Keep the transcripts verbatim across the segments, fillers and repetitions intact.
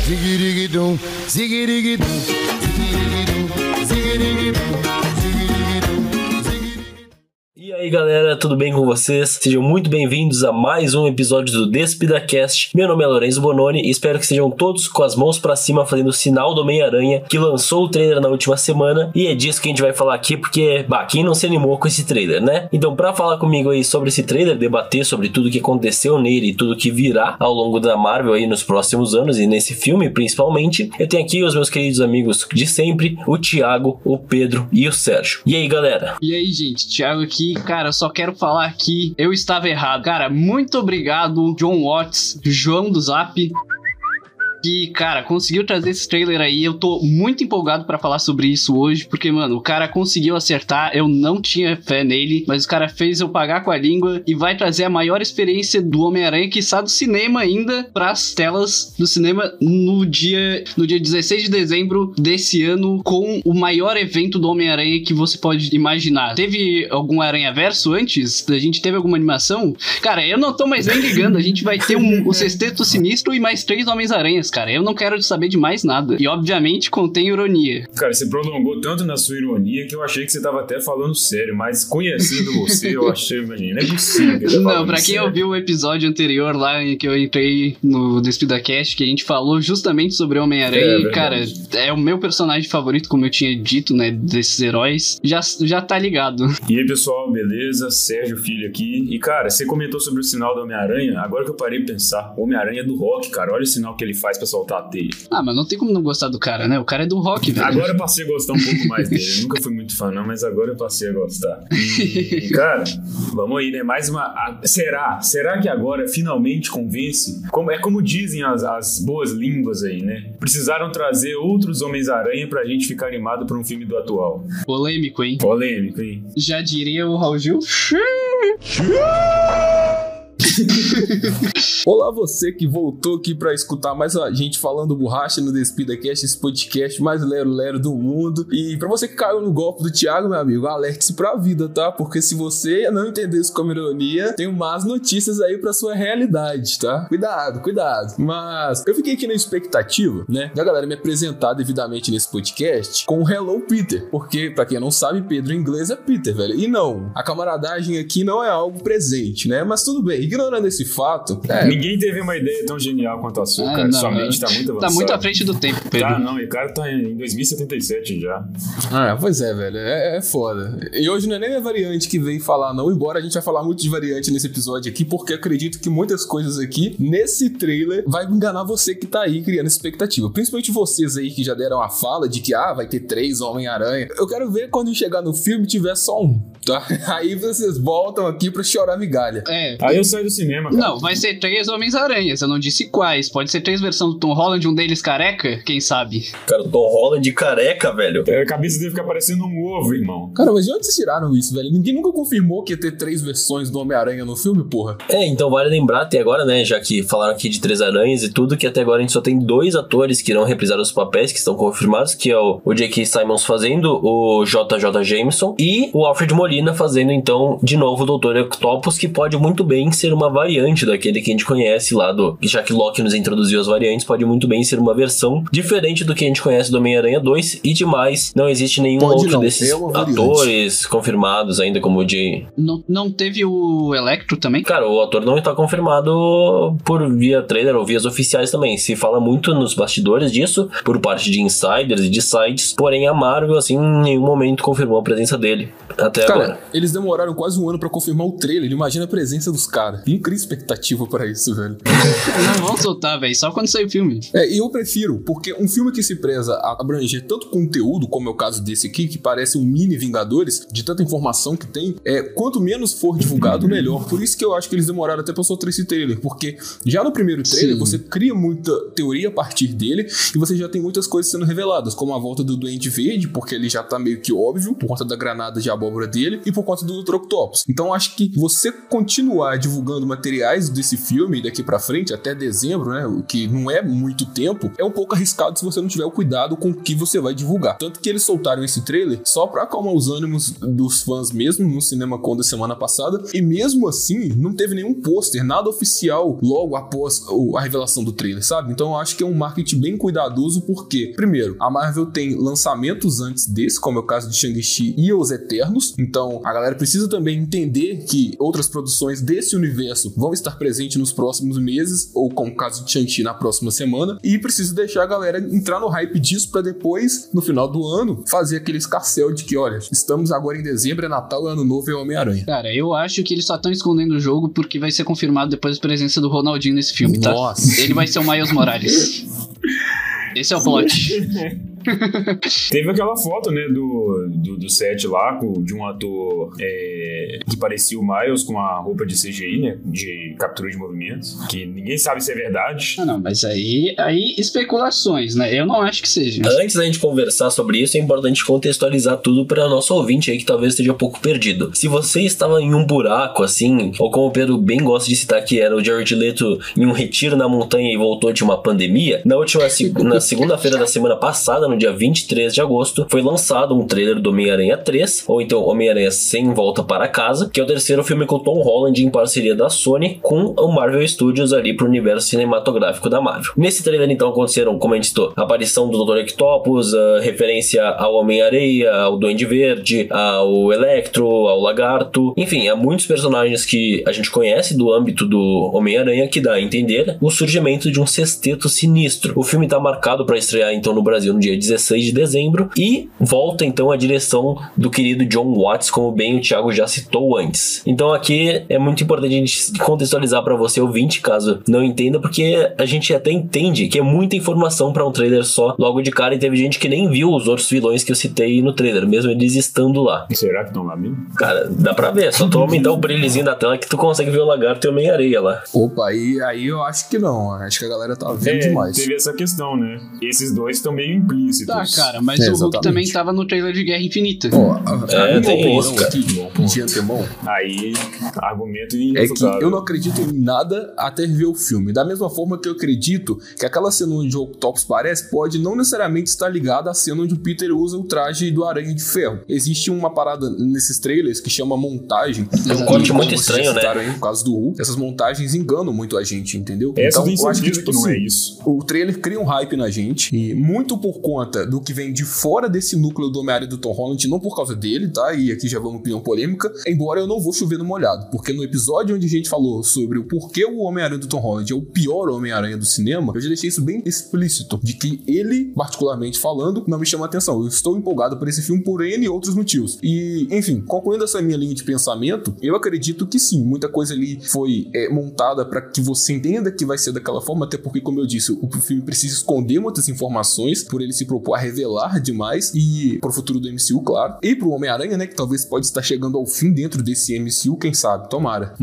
Zigirigidum, zigirigidum, zigirigidum, zigirigidum. E aí galera, tudo bem com vocês? Sejam muito bem-vindos a mais um episódio do DespidaCast. Meu nome é Lourenço Bononi e espero que estejam todos com as mãos pra cima fazendo o sinal do Homem-Aranha, que lançou o trailer na última semana, e é disso que a gente vai falar aqui porque, bah, quem não se animou com esse trailer, né? Então, pra falar comigo aí sobre esse trailer, debater sobre tudo que aconteceu nele e tudo que virá ao longo da Marvel aí nos próximos anos e nesse filme principalmente, eu tenho aqui os meus queridos amigos de sempre, o Thiago, o Pedro e o Sérgio. E aí galera? E aí gente, Thiago aqui. Cara, eu só quero falar que eu estava errado. Cara, muito obrigado, John Watts, João do Zap, que, cara, conseguiu trazer esse trailer aí. Eu tô muito empolgado pra falar sobre isso hoje, porque, mano, o cara conseguiu acertar. Eu não tinha fé nele, mas o cara fez eu pagar com a língua e vai trazer a maior experiência do Homem-Aranha, que está do cinema ainda, pras telas do cinema no dia, no dia dezesseis de dezembro desse ano, com o maior evento do Homem-Aranha que você pode imaginar. Teve algum Aranhaverso antes? A gente teve alguma animação? Cara, eu não tô mais nem ligando. A gente vai ter um, o Sexteto Sinistro e mais três Homens-Aranhas, cara. Eu não quero saber de mais nada. E, obviamente, contém ironia. Cara, você prolongou tanto na sua ironia que eu achei que você tava até falando sério, mas conhecendo você, eu achei, imagina, não é possível que ele tá Não, pra quem sério. ouviu o episódio anterior lá, em que eu entrei no DespidaCast, que a gente falou justamente sobre Homem-Aranha, É, cara, é o meu personagem favorito, como eu tinha dito, né, desses heróis, já, já tá ligado. E aí, pessoal, beleza? Sérgio Filho aqui. E, cara, você comentou sobre o sinal do Homem-Aranha, agora que eu parei de pensar, o Homem-Aranha é do rock, cara, olha o sinal que ele faz pra soltar a teia. Ah, mas não tem como não gostar do cara, né? O cara é do rock, velho. Agora eu passei a gostar um pouco mais dele. Eu nunca fui muito fã, não, mas agora eu passei a gostar. E, cara, vamos aí, né? Mais uma... A, será? Será que agora finalmente convence? Como, é como dizem as, as boas línguas aí, né? Precisaram trazer outros Homens-Aranha pra gente ficar animado por um filme do atual. Polêmico, hein? Polêmico, hein? Já diria o Raul Gil. Olá você que voltou aqui pra escutar mais a gente falando borracha no DespidaCast, esse podcast mais lero-lero do mundo. E pra você que caiu no golpe do Thiago, meu amigo, alerte-se pra vida, tá? Porque se você não entender isso como ironia, tem más notícias aí pra sua realidade, tá? Cuidado, cuidado. Mas eu fiquei aqui na expectativa, né, da galera me apresentar devidamente nesse podcast com o Hello Peter, porque pra quem não sabe, Pedro em inglês é Peter, velho. E não, a camaradagem aqui não é algo presente, né? Mas tudo bem, ignorando esse fato, é, ninguém teve uma ideia tão genial quanto a sua, Ah, cara. não, Sua mente tá muito avançada. Tá muito à frente do tempo, Pedro. Tá, não, e o cara tá em dois mil e setenta e sete já. Ah, pois é, velho, é, é foda. E hoje não é nem a variante que veio falar, não, embora a gente vai falar muito de variante nesse episódio aqui, porque acredito que muitas coisas aqui, nesse trailer, vai enganar você que tá aí criando expectativa. Principalmente vocês aí que já deram a fala de que, ah, vai ter três Homem-Aranha. Eu quero ver quando chegar no filme tiver só um, tá? Aí vocês voltam aqui pra chorar migalha. É. Aí eu saio do cinema, cara. Não, vai ser três Homens-Aranhas, eu não disse quais. Pode ser três versões do Tom Holland, um deles careca, quem sabe? Cara, o Tom Holland careca, velho. A cabeça dele fica parecendo um ovo, irmão. Cara, mas de onde vocês tiraram isso, velho? Ninguém nunca confirmou que ia ter três versões do Homem-Aranha no filme, porra. É, então vale lembrar até agora, né, já que falaram aqui de Três Aranhas e tudo, que até agora a gente só tem dois atores que irão reprisar os papéis, que estão confirmados, que é o, o J K. Simmons fazendo o J J. Jameson e o Alfred Molina fazendo, então, de novo o doutor Octopus, que pode muito bem ser uma variante daquele que a gente conhece lá do... Já que Loki nos introduziu as variantes, pode muito bem ser uma versão diferente do que a gente conhece do Homem-Aranha dois, e demais, não existe nenhum Pode outro não, desses é uma variante. atores confirmados ainda, como o de... Não, não teve o Electro também? Cara, o ator não está confirmado por via trailer ou vias oficiais também. Se fala muito nos bastidores disso, por parte de insiders e de sites, porém a Marvel, assim, em nenhum momento confirmou a presença dele. Até Cara, agora. eles demoraram quase um ano pra confirmar o trailer. Imagina a presença dos caras. Não cria expectativa pra isso, velho. Não vão soltar, velho, só quando sair o filme. É, e eu prefiro, porque um filme que se preza a abranger tanto conteúdo, como é o caso desse aqui, que parece um mini Vingadores, de tanta informação que tem, é, quanto menos for divulgado, melhor. Por isso que eu acho que eles demoraram até pra soltar esse trailer, porque já no primeiro trailer, Sim. você cria muita teoria a partir dele, e você já tem muitas coisas sendo reveladas, como a volta do Duende Verde, porque ele já tá meio que óbvio, por conta da granada de abóbora dele, e por conta do doutor Octopus. Então acho que você continuar divulgando materiais desse filme filme daqui pra frente, até dezembro, né, o que não é muito tempo, é um pouco arriscado se você não tiver o cuidado com o que você vai divulgar. Tanto que eles soltaram esse trailer só pra acalmar os ânimos dos fãs mesmo, no CinemaCon da semana passada, e mesmo assim, não teve nenhum pôster, nada oficial logo após a revelação do trailer, sabe? Então eu acho que é um marketing bem cuidadoso, porque, primeiro, a Marvel tem lançamentos antes desse, como é o caso de Shang-Chi e Os Eternos, então a galera precisa também entender que outras produções desse universo vão estar presentes nos próximos meses, ou como o caso de Shang-Chi na próxima semana, e precisa deixar a galera entrar no hype disso pra depois, no final do ano, fazer aquele escarcéu de que, olha, estamos agora em dezembro, é Natal, é Ano Novo, é Homem-Aranha. Cara, eu acho que eles só estão escondendo o jogo porque vai ser confirmado depois da presença do Ronaldinho nesse filme, tá? Nossa. Ele vai ser o Miles Morales. Esse é o plot. Teve aquela foto, né, do, do, do set lá, com, de um ator é, que parecia o Miles com a roupa de C G I, né, de captura de movimentos, que ninguém sabe se é verdade. Ah, não, mas aí, aí especulações, né? Eu não acho que seja. Antes da gente conversar sobre isso, é importante contextualizar tudo para nosso ouvinte aí que talvez esteja um pouco perdido. Se você estava em um buraco, assim, ou como o Pedro bem gosta de citar que era o Jared Leto em um retiro na montanha e voltou de uma pandemia, na última na segunda-feira da semana passada, no dia vinte e três de agosto, foi lançado um trailer do Homem-Aranha três, ou então Homem-Aranha Sem Volta para Casa, que é o terceiro filme com Tom Holland em parceria da Sony com o Marvel Studios ali pro universo cinematográfico da Marvel. Nesse trailer, então, aconteceram, como a gente citou, a aparição do doutor Octopus, a referência ao Homem-Areia, ao Duende Verde, ao Electro, ao Lagarto, enfim, há muitos personagens que a gente conhece do âmbito do Homem-Aranha que dá a entender o surgimento de um sexteto sinistro. O filme tá marcado para estrear, então, no Brasil no dia dezesseis de dezembro e volta então a direção do querido John Watts, como bem o Thiago já citou antes. Então aqui é muito importante a gente contextualizar para você ouvinte, caso não entenda, porque a gente até entende que é muita informação para um trailer só logo de cara, e teve gente que nem viu os outros vilões que eu citei no trailer, mesmo eles estando lá. Será que estão lá mesmo? Cara, dá pra ver, só tu aumentar o brilhozinho da tela que tu consegue ver o Lagarto e o Homem-Areia lá. Opa, aí, aí eu acho que não, acho que a galera tá vendo é, demais. Teve essa questão, né? Esses dois estão meio implícitos. Tá, cara, mas É, o Hulk exatamente. também tava no trailer de Guerra Infinita. Ó, a- É, a minha tem opinião isso, cara. aqui, de antemão, Aí, argumento é que irrefutável. eu não acredito em nada até ver o filme. Da mesma forma que eu acredito que aquela cena onde o Octopus parece pode não necessariamente estar ligada à cena onde o Peter usa o traje do Aranha de Ferro. Existe uma parada nesses trailers que chama montagem. É um corte muito estranho, né? Aí, no caso do Hulk, essas montagens enganam muito a gente, entendeu? Essa então, tem eu acho que, certeza tipo que não assim, é isso. o trailer cria um hype na gente, e muito por conta do que vem de fora desse núcleo do Homem-Aranha do Tom Holland, não por causa dele, tá? E aqui já vamos opinião polêmica, embora eu não vou chover no molhado, porque no episódio onde a gente falou sobre o porquê o Homem-Aranha do Tom Holland é o pior Homem-Aranha do cinema, eu já deixei isso bem explícito, de que ele, particularmente falando, não me chama atenção. Eu estou empolgado por esse filme por N outros motivos. E, enfim, concluindo essa minha linha de pensamento, eu acredito que sim, muita coisa ali foi é, montada para que você entenda que vai ser daquela forma, até porque, como eu disse, o filme precisa esconder muitas informações por ele se propor a revelar demais, e pro futuro do M C U, claro, e pro Homem-Aranha, né, que talvez pode estar chegando ao fim dentro desse M C U, quem sabe, tomara.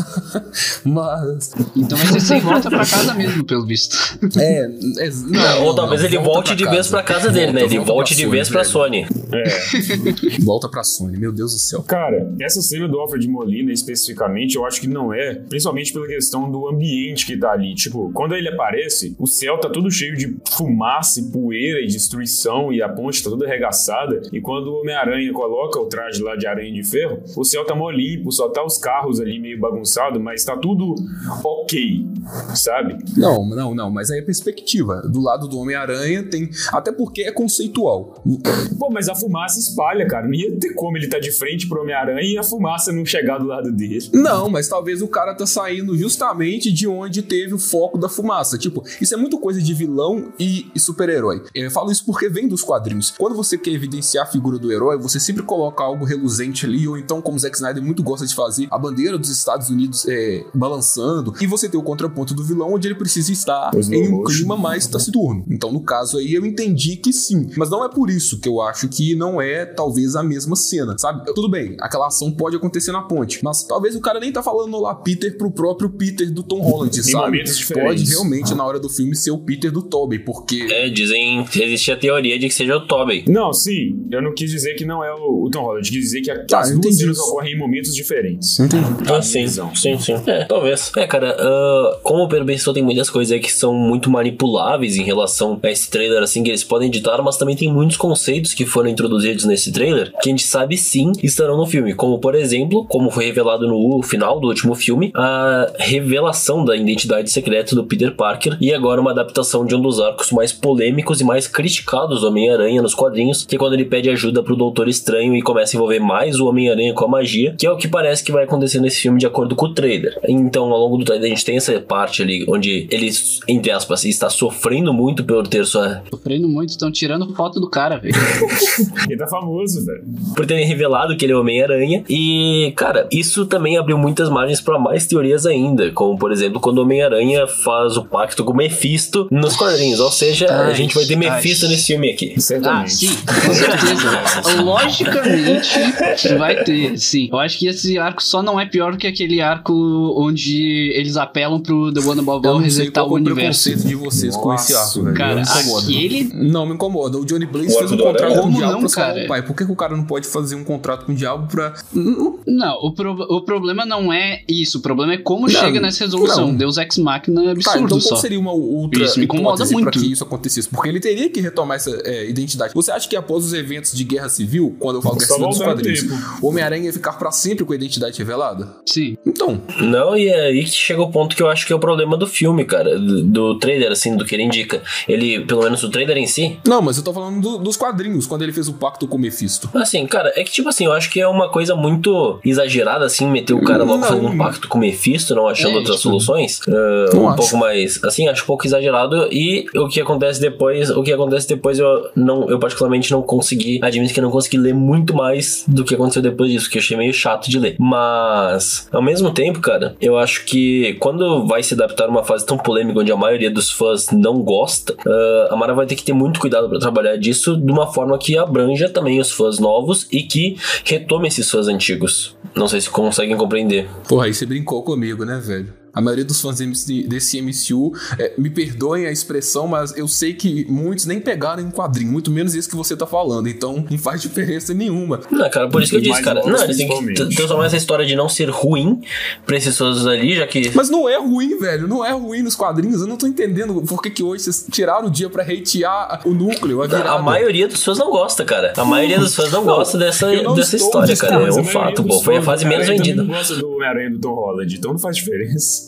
Mas... Então vai ser sem volta pra casa mesmo, pelo visto. É, é não, Ou talvez não, ele volta volte pra de casa. vez pra casa dele, né? Volta, Ele volta volte pra de Sony, vez pra velho. Sony. É. Volta pra Sony, meu Deus do céu. Cara, essa cena do Alfred Molina especificamente, eu acho que não é, principalmente pela questão do ambiente que tá ali. Tipo, quando ele aparece, o céu tá todo cheio de fumaça e poeira e destruição, e a ponte tá toda arregaçada, e quando o Homem-Aranha coloca o traje lá de Aranha de Ferro, o céu tá mó limpo, só tá os carros ali meio bagunçado, mas tá tudo ok, sabe? Não, não, não, mas aí é perspectiva. Do lado do Homem-Aranha tem... Até porque é conceitual. Pô, mas a fumaça espalha, cara. Não ia ter como ele tá de frente pro Homem-Aranha e a fumaça não chegar do lado dele. Não, mas talvez o cara tá saindo justamente de onde teve o foco da fumaça. Tipo, isso é muito coisa de vilão e, e super-herói. Eu falo isso porque vem dos quadrinhos. Quando você quer evidenciar a figura do herói, você sempre coloca algo reluzente ali, ou então, como o Zack Snyder muito gosta de fazer, a bandeira dos Estados Unidos é, balançando, e você tem o contraponto do vilão, onde ele precisa estar Os em um motion. clima mais taciturno. Então, no caso aí, eu entendi que sim. Mas não é por isso que eu acho que não é, talvez, a mesma cena, sabe? Tudo bem, aquela ação pode acontecer na ponte, mas talvez o cara nem tá falando lá Peter pro próprio Peter do Tom Holland, Em sabe? momentos diferentes. Pode realmente, na hora do filme, ser o Peter do Tobey, porque... É, dizem, existe a teoria de que seja o Tobey. Não, sim. Eu não quis dizer que não é o, o Tom Holland. Eu quis dizer que a, Ah, as eu duas entendi cenas isso. ocorrem em momentos diferentes. Entendi. Ah, sim, sim, sim. É, talvez. É, cara, uh, como o Pedro pensou, tem muitas coisas aí que são muito manipuláveis em relação a esse trailer, assim, que eles podem editar, mas também tem muitos conceitos que foram introduzidos nesse trailer que a gente sabe sim estarão no filme. Como, por exemplo, como foi revelado no final do último filme, a revelação da identidade secreta do Peter Parker e agora uma adaptação de um dos arcos mais polêmicos e mais criticados do Homem-Aranha nos quadrinhos, que é quando ele pede ajuda pro Doutor Estranho e começa a envolver mais o Homem-Aranha com a magia, que é o que parece que vai acontecer nesse filme de acordo com o trailer. Então, ao longo do trailer, a gente tem essa parte ali onde ele, entre aspas, está sofrendo muito por ter sua... Sofrendo muito, estão tirando foto do cara, velho. Ele tá famoso, velho. por terem revelado que ele é o Homem-Aranha. E, cara, isso também abriu muitas margens pra mais teorias ainda, como, por exemplo, quando o Homem-Aranha faz o pacto com o Mephisto nos quadrinhos. Ou seja, Ai, a gente vai ter Mephisto ai. nesse filme aqui. Certamente. Ah, sim, com certeza. Logicamente vai ter, sim. Eu acho que esse arco só não é pior que aquele arco onde eles apelam pro The One Above Eu All não sei resetar qual o é o universo. preconceito de vocês com esse Nossa, arco, velho. Cara, Não me incomoda. aquele... Não me incomoda. O Johnny Blaze O fez arco um do contrato Aranha? com o Como diabo não, pra salvar cara? o pai. Por que, que o cara não pode fazer um contrato com o diabo pra... Não, o, pro... o problema não é isso. O problema é como Não, chega nessa resolução. não. Deus Ex Machina é absurdo Tá, então só. qual seria uma outra Isso me incomoda hipótese pra muito. que isso acontecesse? Porque ele teria que retomar essa é, identidade. Você acha que após os eventos de Guerra Civil, quando eu falo Guerra Só Civil dos voltar no quadrinhos, tempo. o Homem-Aranha ia ficar pra sempre com a identidade revelada? Sim. Então, Não, e é aí que chega o ponto que eu acho que é o problema do filme, cara. Do, do trailer, assim, do que ele indica. Ele, pelo menos o trailer em si. não, mas eu tô falando do- dos quadrinhos, quando ele fez o pacto com o Mephisto. Assim, cara, é que tipo assim, eu acho que é uma coisa muito exagerada, assim, meter o cara logo Não. fazendo um pacto com o Mephisto, não achando É, outras tipo, soluções. Uh, não um acho. pouco mais, assim, acho um pouco exagerado. E o que acontece depois, o que acontece depois, eu não, eu particularmente não consegui, admito que eu não consegui ler muito mais do que aconteceu depois disso, que eu achei meio chato de ler. Mas, ao mesmo tempo, cara, eu acho que quando vai se adaptar uma fase tão polêmica onde a maioria dos fãs não gosta, uh, a Marvel vai ter que ter muito cuidado pra trabalhar disso de uma forma que abranja também os fãs novos e que retome esses fãs antigos. Não sei se conseguem compreender. Porra, aí você brincou comigo, né, velho? A maioria dos fãs desse M C U, é, me perdoem a expressão, mas eu sei que muitos nem pegaram em quadrinho, muito menos isso que você tá falando, então não faz diferença nenhuma. Não, cara, por isso que eu Os disse, mais cara. novos, Não, eles têm que principalmente. t- transformar essa história de não ser ruim pra esses fãs ali, já que. Mas não é ruim, velho, não é ruim nos quadrinhos, eu não tô entendendo por que que hoje vocês tiraram o dia pra hatear o núcleo, a virada. A maioria dos fãs não gosta, cara. A maioria dos fãs não Não, gosta dessa, eu não dessa estou história, cara. É Mas a um maioria fato, dos pô. Foi a fãs fase do menos Homem-Aranha vendida. também não gosta do Homem-Aranha do Tom Holland, então não faz diferença.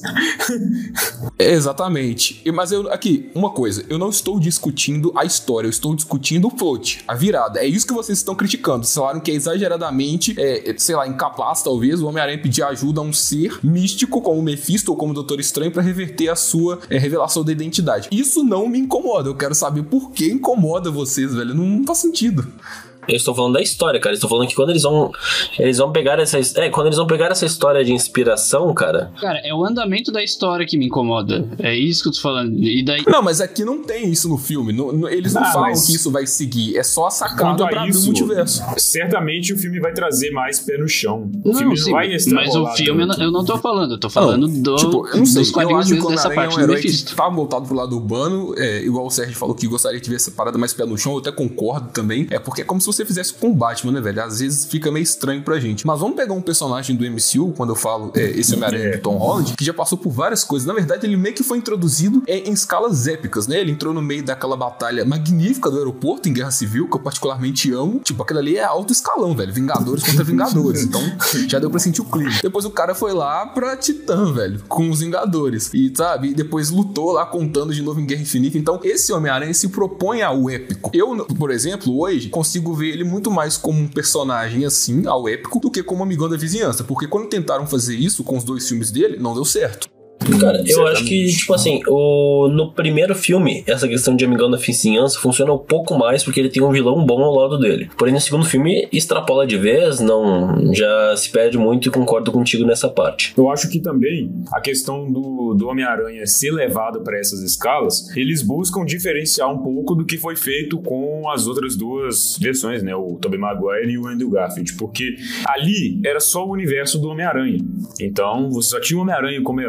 É, exatamente. E- Mas eu, aqui, uma coisa, eu não estou discutindo a história, eu estou discutindo o plot, a virada. É isso que vocês estão criticando. Vocês falaram que é exageradamente, é, sei lá, incapaz, talvez, o Homem-Aranha pedir ajuda a um ser místico, como o Mephisto ou como o Doutor Estranho, pra reverter a sua é, revelação da identidade. Isso não me incomoda. Eu quero saber por que incomoda vocês, velho. Não, não faz sentido. Eu estou falando da história, cara. Eu estou falando que quando eles vão. Eles vão pegar essa. É, quando eles vão pegar essa história de inspiração, cara. Cara, é o andamento da história que me incomoda. É isso que eu tô falando. E daí... Não, mas aqui não tem isso no filme. Não- não- eles não Ah, falam mas- que isso vai seguir. É só a Quanto sacada a pra abrir o isso, multiverso. certamente o filme vai trazer mais pé no chão. O Não, filme sim, não vai mas extrapolar o filme eu tanto. não, eu não tô falando. Eu tô falando do, Tipo, eu não sei, dos eu quadrinhos acho que mesmo o dessa Homem-Aranha é parte um do herói Mephisto. que tá voltado pro lado urbano, é, igual o Sérgio falou que gostaria de ver essa parada mais pé no chão, eu até concordo também, é porque é como se você fizesse com o Batman, né, velho? Às vezes fica meio estranho pra gente. Mas vamos pegar um personagem do M C U, quando eu falo é, esse Homem-Aranha do Tom Holland, que já passou por várias coisas. Na verdade, ele meio que foi introduzido é, em escalas épicas, né? Ele entrou no meio daquela batalha magnífica do aeroporto em Guerra Civil, que eu particularmente amo. Tipo, aquilo ali é alto escalão, velho. Vingadores contra Vingadores. Então, já deu pra sentir o clima. Depois o cara foi lá pra Titã, velho, com os Vingadores. E, sabe, e depois lutou lá contando de novo em Guerra Infinita. Então, esse Homem-Aranha se propõe ao épico. Eu, por exemplo, hoje, consigo ver ele muito mais como um personagem assim, ao épico, do que como amigão da vizinhança. Porque quando tentaram fazer isso com os dois filmes dele, não deu certo. Cara, eu Certamente. acho que, tipo assim, o, no primeiro filme, essa questão de amigão da vizinhança funciona um pouco mais porque ele tem um vilão bom ao lado dele. Porém, no segundo filme, extrapola de vez, não, já se perde muito e concordo contigo nessa parte. Eu acho que também a questão do, do Homem-Aranha ser levado para essas escalas, eles buscam diferenciar um pouco do que foi feito com as outras duas versões, né? O Tobey Maguire e o Andrew Garfield, porque ali era só o universo do Homem-Aranha. Então, você só tinha o Homem-Aranha como herói naquele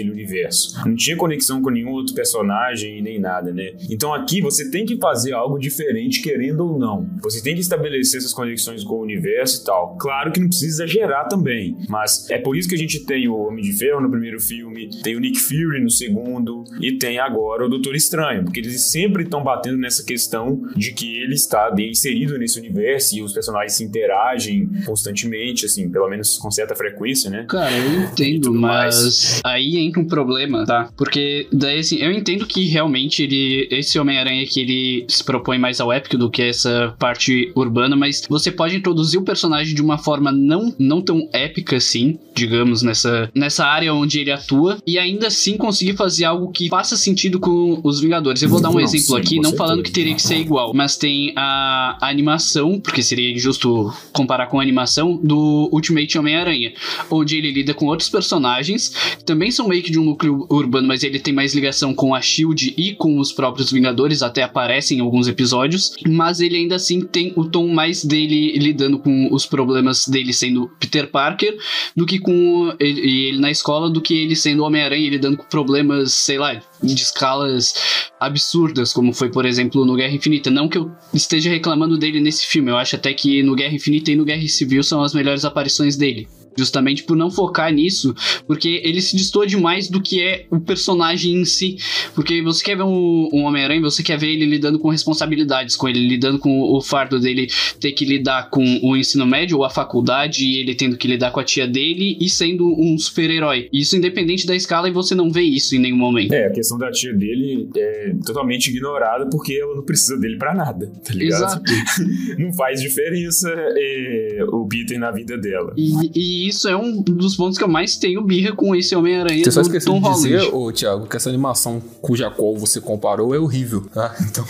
naquele universo. Não tinha conexão com nenhum outro personagem nem nada, né? Então aqui você tem que fazer algo diferente, querendo ou não. Você tem que estabelecer essas conexões com o universo e tal. Claro que não precisa exagerar também, mas é por isso que a gente tem o Homem de Ferro no primeiro filme, tem o Nick Fury no segundo e tem agora o Doutor Estranho, porque eles sempre estão batendo nessa questão de que ele está inserido nesse universo e os personagens se interagem constantemente, assim, pelo menos com certa frequência, né? Cara, eu entendo, mas aí entra um problema, tá? Porque daí, assim, eu entendo que realmente ele, esse Homem-Aranha que ele se propõe mais ao épico do que essa parte urbana, mas você pode introduzir o personagem de uma forma não, não tão épica assim, digamos, nessa, nessa área onde ele atua, e ainda assim conseguir fazer algo que faça sentido com os Vingadores. Eu vou dar um não, exemplo sim, aqui, não certeza. falando que teria que ser igual, mas tem a, a animação, porque seria injusto comparar com a animação do Ultimate Homem-Aranha, onde ele lida com outros personagens, que também são meio que de um núcleo urbano, mas ele tem mais ligação com a SHIELD e com os próprios Vingadores, até aparece em alguns episódios, mas ele ainda assim tem o tom mais dele lidando com os problemas dele sendo Peter Parker, do que com ele, ele na escola, do que ele sendo Homem-Aranha e lidando com problemas, sei lá, de escalas absurdas, como foi, por exemplo, no Guerra Infinita. Não que eu esteja reclamando dele nesse filme, eu acho até que no Guerra Infinita e no Guerra Civil são as melhores aparições dele. Justamente por não focar nisso, porque ele se destoa demais do que é o personagem em si. Porque você quer ver um, um Homem-Aranha, você quer ver ele lidando com responsabilidades, com ele lidando com o fardo dele ter que lidar com o ensino médio ou a faculdade, e ele tendo que lidar com a tia dele e sendo um super-herói. Isso independente da escala, e você não vê isso em nenhum momento. É, a questão da tia dele é totalmente ignorada porque ela não precisa dele pra nada, tá ligado? Exato. Não faz diferença é, o Peter na vida dela. E, e isso é um dos pontos que eu mais tenho birra com esse Homem-Aranha Você só do esqueceu Tom de dizer, Holland. ô Thiago, que essa animação cuja qual você comparou é horrível, tá? Então,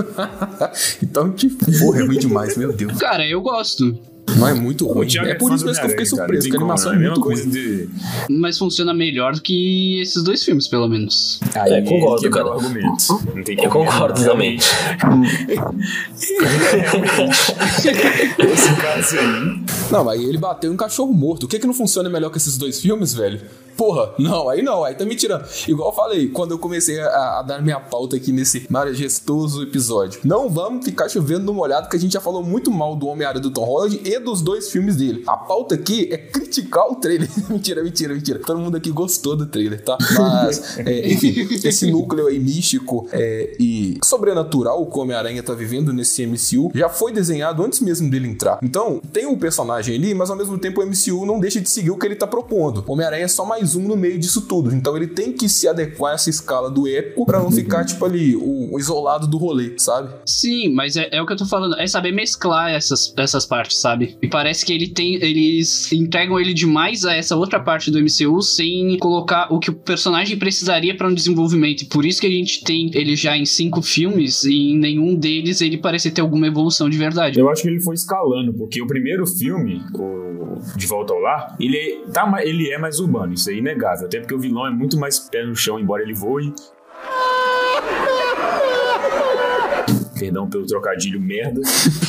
então tipo, porra, é ruim demais, meu Deus. Cara, eu gosto. Não, é muito ruim. O Thiago É por fã isso do mesmo que eu fiquei Homem-Aranha, surpreso, que a cara, não tem animação como, é né? muito Mesma ruim. coisa de... Mas funciona melhor do que esses dois filmes, pelo menos. Aí É, concordo, quebrou cara. o argumento. Não tem Eu como, concordo não, também. Esse caso aí. Não, mas ele bateu em cachorro morto. O que que não funciona melhor que esses dois filmes, velho? Porra, não, aí não, aí tá me tirando. Igual eu falei, quando eu comecei a, a dar minha pauta aqui nesse majestoso episódio. Não vamos ficar chovendo no molhado, que a gente já falou muito mal do Homem-Aranha do Tom Holland e dos dois filmes dele. A pauta aqui é criticar o trailer. Mentira, mentira, mentira. Todo mundo aqui gostou do trailer, tá? Mas, é, enfim, esse núcleo aí místico é, e sobrenatural que o Homem-Aranha tá vivendo nesse M C U já foi desenhado antes mesmo dele entrar. Então, tem um personagem ali, mas ao mesmo tempo o M C U não deixa de seguir o que ele tá propondo. O Homem-Aranha é só mais um no meio disso tudo. Então ele tem que se adequar a essa escala do épico pra não ficar, tipo, ali, o, o isolado do rolê, sabe? Sim, mas é, é o que eu tô falando. É saber mesclar essas, essas partes, sabe? E parece que ele tem. Eles entregam ele demais a essa outra parte do M C U sem colocar o que o personagem precisaria pra um desenvolvimento. E por isso que a gente tem ele já em cinco filmes e em nenhum deles ele parece ter alguma evolução de verdade. Eu acho que ele foi escalando, porque o primeiro filme, o De Volta ao Lar, ele, tá, ma- ele é mais urbano, isso é inegável. Até porque o vilão é muito mais pé no chão, embora ele voe. Perdão pelo trocadilho merda.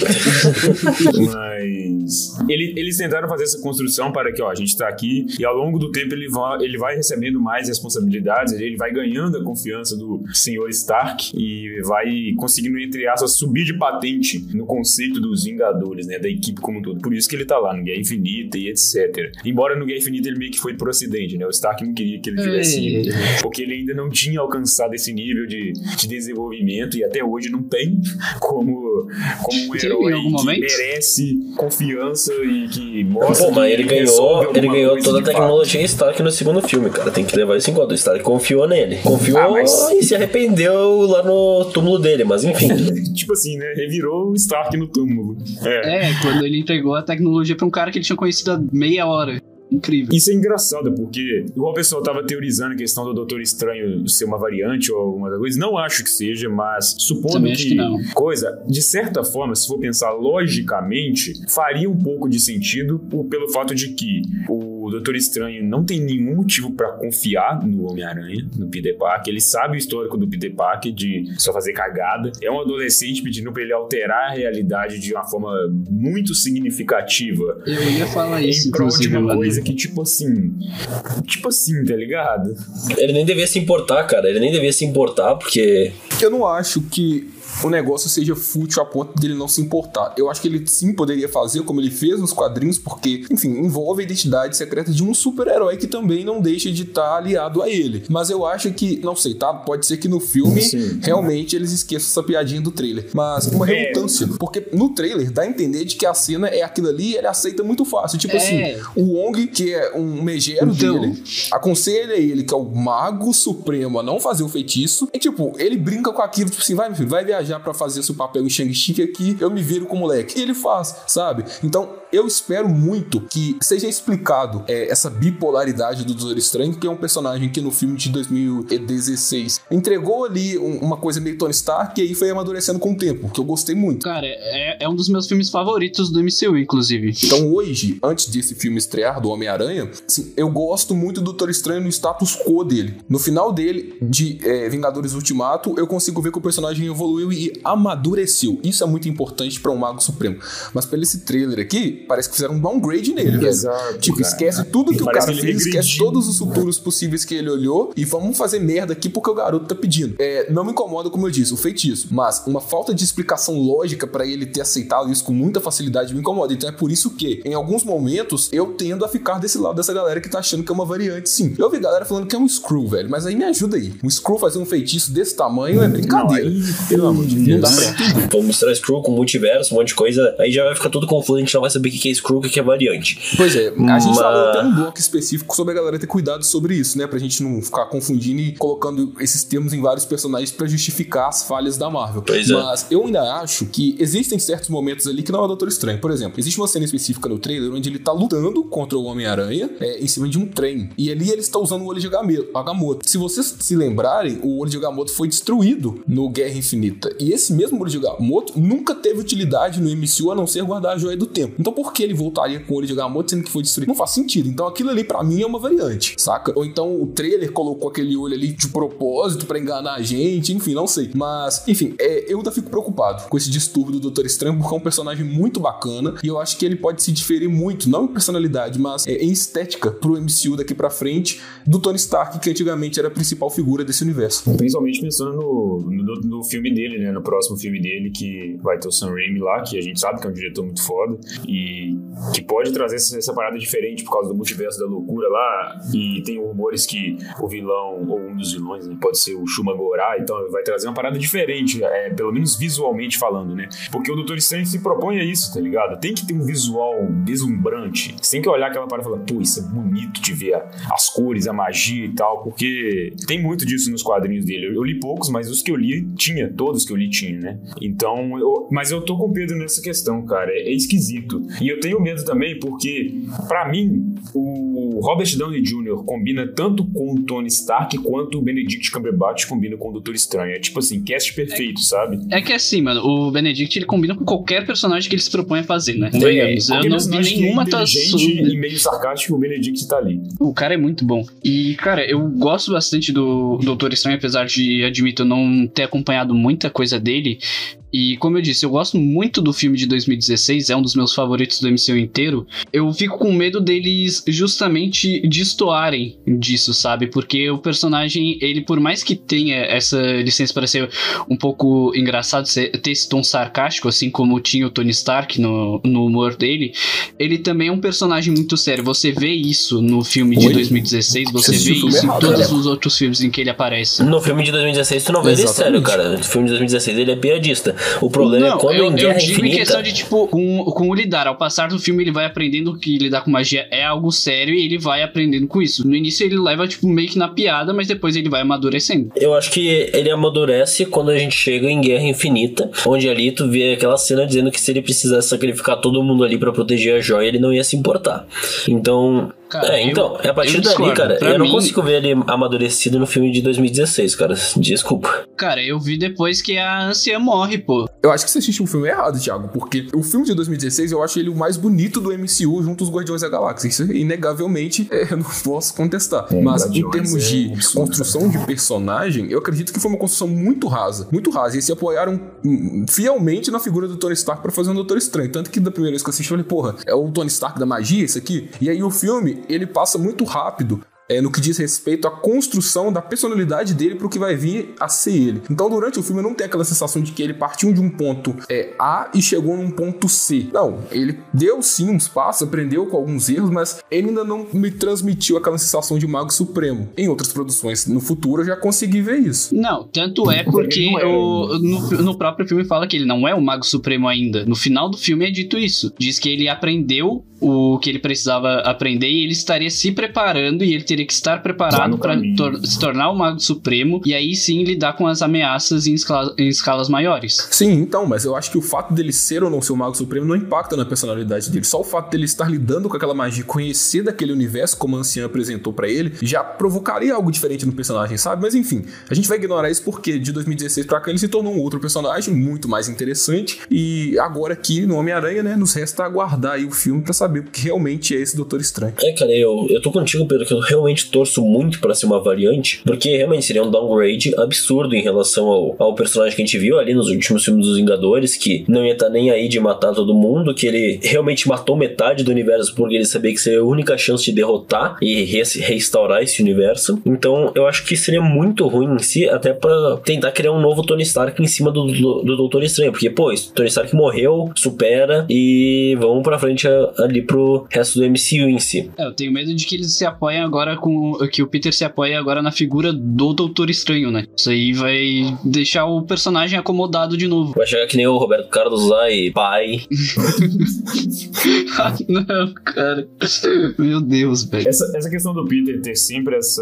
Mas ele, eles tentaram fazer essa construção para que, ó, a gente tá aqui e ao longo do tempo ele vai, ele vai recebendo mais responsabilidades, ele vai ganhando a confiança do senhor Stark e vai conseguindo, entre aspas, subir de patente no conceito dos Vingadores, né, da equipe como um todo. Por isso que ele tá lá no Guerra Infinita e etcétera. Embora no Guerra Infinita ele meio que foi pro ocidente, né, o Stark não queria que ele tivesse ido, porque ele ainda não tinha alcançado esse nível de, de desenvolvimento e até hoje não tem como, como um Sim, herói em algum que momento. merece confiança e que mostra Pô, mas que ele resolve ganhou, alguma ele ganhou coisa toda a de fato. tecnologia Stark no segundo filme, cara. Tem que levar isso em conta. O Stark confiou nele. Confiou Ah, mas- e se arrependeu lá no túmulo dele, mas enfim. Tipo assim, né? Revirou o Stark no túmulo. É. É, quando ele entregou a tecnologia pra um cara que ele tinha conhecido há meia hora. Incrível. Isso é engraçado, porque igual o pessoal tava teorizando a questão do Doutor Estranho ser uma variante ou alguma coisa, não acho que seja, mas supondo Também acho que, que não. coisa, de certa forma, se for pensar logicamente, faria um pouco de sentido por- pelo fato de que o o Doutor Estranho não tem nenhum motivo pra confiar no Homem-Aranha, no Peter Parker. Ele sabe o histórico do Peter Parker de só fazer cagada. É um adolescente pedindo pra ele alterar a realidade de uma forma muito significativa. Eu ia falar isso, em prol de uma mano. coisa que, tipo assim... Tipo assim, tá ligado? Ele nem devia se importar, cara. Ele nem devia se importar, porque... Eu não acho que o negócio seja fútil a ponto dele não se importar. Eu acho que ele sim poderia fazer como ele fez nos quadrinhos, porque, enfim, envolve a identidade secreta de um super-herói que também não deixa de estar aliado a ele. Mas eu acho que, não sei, tá? Pode ser que no filme sim, realmente eles esqueçam essa piadinha do trailer. Mas uma relutância, porque no trailer dá a entender de que a cena é aquilo ali e ele aceita muito fácil. Tipo é. assim, o Wong, que é um megero então. dele, aconselha ele, que é o mago supremo, a não fazer o feitiço. E tipo, ele brinca com aquilo, tipo assim, vai, meu filho, vai viajar pra fazer seu papel em Shang-Chi aqui, eu me viro com o moleque. E ele faz, sabe? Então, eu espero muito que seja explicado é, essa bipolaridade do Doutor Estranho, que é um personagem que no filme de dois mil e dezesseis entregou ali um, uma coisa meio Tony Stark, e aí foi amadurecendo com o tempo, que eu gostei muito. Cara, é, é um dos meus filmes favoritos do M C U, inclusive. Então hoje, antes desse filme estrear, do Homem-Aranha, assim, eu gosto muito do Doutor Estranho no status quo dele. No final dele, de é, Vingadores Ultimato, eu consigo ver que o personagem evoluiu e amadureceu. Isso é muito importante pra um Mago Supremo. Mas pelo esse trailer aqui, parece que fizeram um downgrade nele, velho. Exato, tipo, cara. esquece tudo que Parece o cara que fez, regrediu. esquece todos os futuros possíveis que ele olhou e vamos fazer merda aqui porque o garoto tá pedindo. É, não me incomoda, como eu disse, o feitiço, mas uma falta de explicação lógica pra ele ter aceitado isso com muita facilidade me incomoda. Então é por isso que, em alguns momentos, eu tendo a ficar desse lado dessa galera que tá achando que é uma variante, sim. Eu vi galera falando que é um Skrull, velho, mas aí me ajuda aí. Um Skrull fazer um feitiço desse tamanho é brincadeira. Não, aí, pelo amor de Deus. Não dá pra entender. Vamos mostrar Skrull com multiverso, um monte de coisa, aí já vai ficar tudo confuso, a gente não vai saber o que é Skrull e o que é variante. Pois é, a Mas... gente falou até um bloco específico sobre a galera ter cuidado sobre isso, né? Pra gente não ficar confundindo e colocando esses termos em vários personagens pra justificar as falhas da Marvel. Pois é. Mas eu ainda acho que existem certos momentos ali que não é o Doutor Estranho. Por exemplo, existe uma cena específica no trailer onde ele tá lutando contra o Homem-Aranha é, em cima de um trem. E ali ele está usando o olho de Agamotto. Se vocês se lembrarem, o olho de Agamotto foi destruído no Guerra Infinita. E esse mesmo olho de Agamotto nunca teve utilidade no M C U a não ser guardar a Joia do Tempo. Então por que ele voltaria com o olho de Agamotto sendo que foi destruído? Não faz sentido. Então aquilo ali pra mim é uma variante, saca? Ou então o trailer colocou aquele olho ali de propósito pra enganar a gente, enfim, não sei. Mas, enfim, é, eu ainda fico preocupado com esse distúrbio do Doutor Estranho porque é um personagem muito bacana e eu acho que ele pode se diferir muito, não em personalidade, mas é, em estética pro M C U daqui pra frente do Tony Stark, que antigamente era a principal figura desse universo. Principalmente pensando no, no, no filme dele, né? No próximo filme dele, que vai ter o Sam Raimi lá, que a gente sabe que é um diretor muito foda e que pode trazer essa, essa parada diferente por causa do multiverso da loucura lá. E tem rumores que o vilão, ou um dos vilões, né, pode ser o Shuma-Gorath, então vai trazer uma parada diferente, é, pelo menos visualmente falando, né? Porque o Doutor Estranho se propõe a isso, tá ligado? Tem que ter um visual deslumbrante. Você tem que olhar aquela parada e falar, pô, isso é bonito de ver as cores, a magia e tal, porque tem muito disso nos quadrinhos dele. Eu, eu li poucos, mas os que eu li, tinha. Todos que eu li, tinha, né? Então, eu, mas eu tô com o Pedro nessa questão, cara. É, é esquisito. E eu tenho medo também porque, pra mim, o Robert Downey Júnior combina tanto com o Tony Stark quanto o Benedict Cumberbatch combina com o Doutor Estranho. É tipo assim, cast perfeito, é, sabe? É que assim, mano, o Benedict ele combina com qualquer personagem que ele se propõe a fazer, né? É, eu não vi nenhuma atuação. E meio sarcástico, o Benedict tá ali. O cara é muito bom. E, cara, eu gosto bastante do Doutor Estranho, apesar de, admito, eu não ter acompanhado muita coisa dele. E como eu disse, eu gosto muito do filme de dois mil e dezesseis, é um dos meus favoritos do M C U inteiro. Eu fico com medo deles justamente destoarem disso, sabe? Porque o personagem, ele por mais que tenha essa licença para ser um pouco engraçado, ter esse tom sarcástico, assim como tinha o Tony Stark no, no humor dele, ele também é um personagem muito sério. Você vê isso no filme de Oi? dois mil e dezesseis, você, você vê isso errado, em todos né? os outros filmes em que ele aparece. No filme de dois mil e dezesseis tu não vê ele sério, cara. No filme de dois mil e dezesseis ele é piadista. O problema não, é quando eu, em Guerra eu digo Infinita... em questão de, tipo, com, com o lidar. Ao passar do filme, ele vai aprendendo que lidar com magia é algo sério e ele vai aprendendo com isso. No início, ele leva, tipo, meio que na piada, mas depois ele vai amadurecendo. Eu acho que ele amadurece quando a gente chega em Guerra Infinita, onde ali tu vê aquela cena dizendo que se ele precisasse sacrificar todo mundo ali pra proteger a joia, ele não ia se importar. Então... Cara, É, então, eu, a partir eu dali, discordo. cara, Pra eu não mim, consigo ver ele amadurecido no filme de dois mil e dezesseis, cara. Desculpa. Cara, eu vi depois que a anciã morre, pô. Eu acho que você assistiu o filme errado, Thiago, porque o filme de dois mil e dezesseis eu acho ele o mais bonito do M C U junto aos Guardiões da Galáxia. Isso, inegavelmente, é, eu não posso contestar. É, Mas Guardiões em termos é de um absurdo, construção de personagem, eu acredito que foi uma construção muito rasa. Muito rasa. E eles se apoiaram hum, fielmente na figura do Tony Stark pra fazer um Doutor Estranho. Tanto que da primeira vez que eu assisti, eu falei, porra, é o Tony Stark da magia isso aqui? E aí o filme, ele passa muito rápido É, no que diz respeito à construção da personalidade dele pro que vai vir a ser ele. Então, durante o filme, eu não tenho aquela sensação de que ele partiu de um ponto é, A e chegou num ponto C. Não, ele deu sim uns passos, aprendeu com alguns erros, mas ele ainda não me transmitiu aquela sensação de Mago Supremo. Em outras produções no futuro, eu já consegui ver isso. Não, tanto é porque Não é o, no, no próprio filme fala que ele não é o Mago Supremo ainda. No final do filme é dito isso. Diz que ele aprendeu o que ele precisava aprender e ele estaria se preparando e ele teria que estar preparado para tor- se tornar o Mago Supremo e aí sim lidar com as ameaças em, escala- em escalas maiores. Sim, então, mas eu acho que o fato dele ser ou não ser o Mago Supremo não impacta na personalidade dele. Só o fato dele estar lidando com aquela magia, conhecer daquele universo, como a anciã apresentou pra ele, já provocaria algo diferente no personagem, sabe? Mas enfim, a gente vai ignorar isso porque de dois mil e dezesseis pra cá ele se tornou um outro personagem muito mais interessante e agora aqui no Homem-Aranha, né, nos resta aguardar aí o filme pra saber o que realmente é esse Doutor Estranho. É, cara, eu, eu tô contigo, Pedro, que eu realmente torço muito pra ser uma variante, porque realmente seria um downgrade absurdo em relação ao, ao personagem que a gente viu ali nos últimos filmes dos Vingadores, que não ia estar nem aí de matar todo mundo, que ele realmente matou metade do universo porque ele sabia que seria a única chance de derrotar e re- restaurar esse universo. Então eu acho que seria muito ruim em si, até pra tentar criar um novo Tony Stark em cima do, do, do Doutor Estranho, porque, pô, esse Tony Stark morreu, supera e vamos pra frente a, ali pro resto do M C U em si. É, eu tenho medo de que eles se apoiem agora com... que o Peter se apoie agora na figura do Doutor Estranho, né? Isso aí vai deixar o personagem acomodado de novo. Vai chegar que nem o Roberto Carlos lá e pai. Não, cara. Meu Deus, velho. Essa, essa questão do Peter ter sempre essa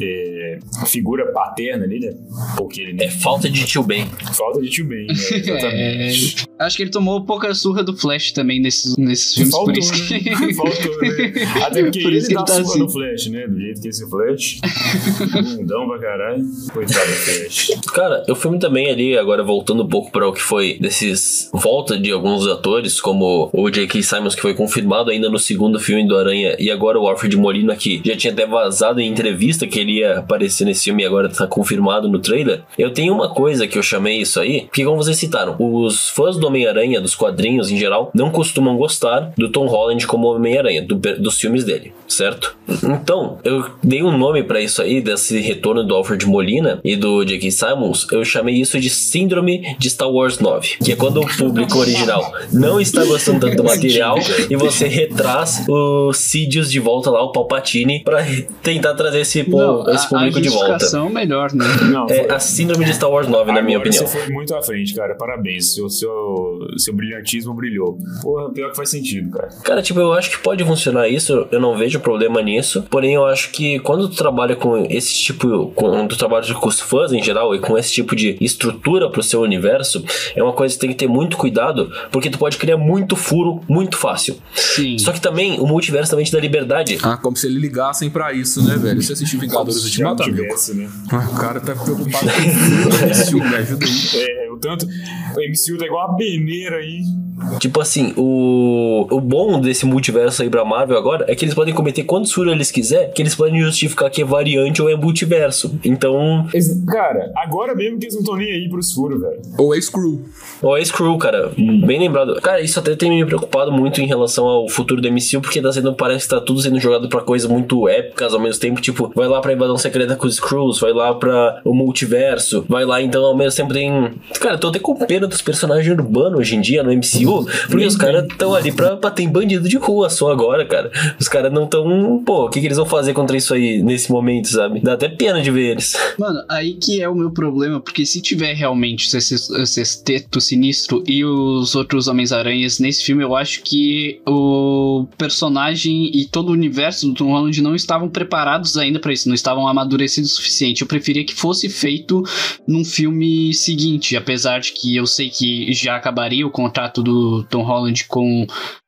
é, figura paterna ali, né? Porque ele É falta de tio Ben. falta de tio Ben, né? Exatamente. É, acho que ele tomou pouca surra do Flash também nesses, nesses filmes, Faltou, por isso que... né? Faltou, né? Até porque Por ele isso que dá ele tá surra assim. no Flash, né? Do jeito que esse Flash. Bundão pra caralho. Coitado do Flash. Cara, o filme também ali, agora voltando um pouco para o que foi desses volta de alguns atores, como o J K. Simmons, que foi confirmado ainda no segundo filme do Aranha, e agora o Alfred Molina, que já tinha até vazado em entrevista que ele ia aparecer nesse filme e agora tá confirmado no trailer. Eu tenho uma coisa que eu chamei isso aí, porque como vocês citaram, os fãs do Homem-Aranha, dos quadrinhos em geral, não costumam gostar do Tom Holland como Homem-Aranha, do, dos filmes dele, certo? Então, eu dei um nome pra isso aí, desse retorno do Alfred Molina e do J K. Simmons, eu chamei isso de Síndrome de Star Wars nove, que é quando o público original não está gostando tanto do material e você retraz os Sidious de volta lá, o Palpatine, pra tentar trazer esse, pô, Não, esse a, público a de volta. justificação melhor, né? Não, É foi- a Síndrome de Star Wars nove, na minha Agora opinião. Você foi muito à frente, cara. Parabéns. Seu, seu, seu brilhantismo brilhou. Porra, pior que faz sentido, cara. Cara, tipo, eu acho que pode funcionar isso, eu não vejo problema nisso, porém eu acho que quando tu trabalha com esse tipo, quando tu trabalha com os fãs em geral e com esse tipo de estrutura pro seu universo, é uma coisa que tem que ter muito cuidado, porque tu pode criar muito furo muito fácil. Sim. Só que também, o multiverso também te dá liberdade. Ah, como se eles ligassem pra isso, né, velho? Você assistiu Vingadores Se já Ultimato, amigo? tivesse, né? Ah, o cara tá preocupado com esse filme, me ajuda aí. É, o tanto... O M C U tá igual uma peneira aí. Tipo assim, o, o bom desse multiverso aí pra Marvel agora é que eles podem cometer quantos furos eles quiser, que eles podem justificar que é variante ou é multiverso. Então, Eles- Cara, agora mesmo que eles não estão nem aí pros furos, velho. Ou é Screw. ou é Screw, cara, bem lembrado. Cara, isso até tem me preocupado muito em relação ao futuro do M C U, porque tá sendo, parece que tá tudo sendo jogado pra coisas muito épicas ao mesmo tempo, tipo, vai lá pra invasão secreta com os Screws, vai lá pra o multiverso, vai lá, então ao mesmo tempo tem... Cara, eu tô até com pena dos personagens urbanos hoje em dia no M C U, porque os caras tão ali pra bater em bandido de rua só agora, cara. Os caras não tão... Pô, o que que eles vão fazer contra isso aí nesse momento, sabe? Dá até pena de ver eles. Mano, aí que é o meu problema, porque se tiver realmente esse, esse Sexteto Sinistro e os outros Homens-Aranhas nesse filme, eu acho que o personagem e todo o universo do Tom Holland não estavam preparados ainda pra isso, não estavam amadurecidos o suficiente. Eu preferia que fosse feito num filme seguinte, apesar de que eu sei que já acabaria o contrato do Tom Holland com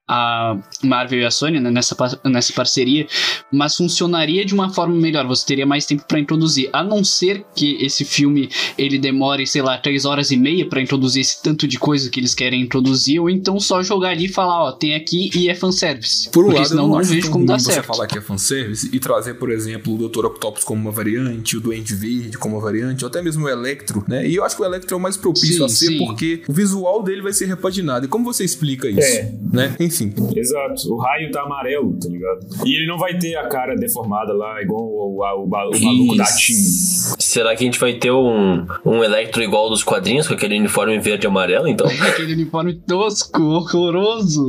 a Marvel e a Sony, né, nessa, nessa parceria, mas funcionaria de uma forma melhor, você teria mais tempo pra introduzir, a não ser que esse filme ele demore, sei lá, três horas e meia pra introduzir esse tanto de coisa que eles querem introduzir, ou então só jogar ali e falar, ó, tem aqui e é fanservice. Por um porque lado, senão eu não, não acho vejo tão como dá ruim você certo. falar que é fanservice e trazer, por exemplo, o doutor Octopus como uma variante, o Duende Verde como uma variante, ou até mesmo o Electro, né? E eu acho que o Electro é o mais propício Sim, a ser, sim. porque o visual dele vai ser repaginado. E como você explica isso? É. Né? Enfim. Exato. O raio tá amarelo, tá ligado? E ele não vai ter a cara deformada lá, igual o, o, o, o maluco da Tim. Será que a gente vai ter um, um Electro igual dos quadrinhos, com aquele uniforme verde e amarelo, então? Aquele uniforme tosco, horroroso.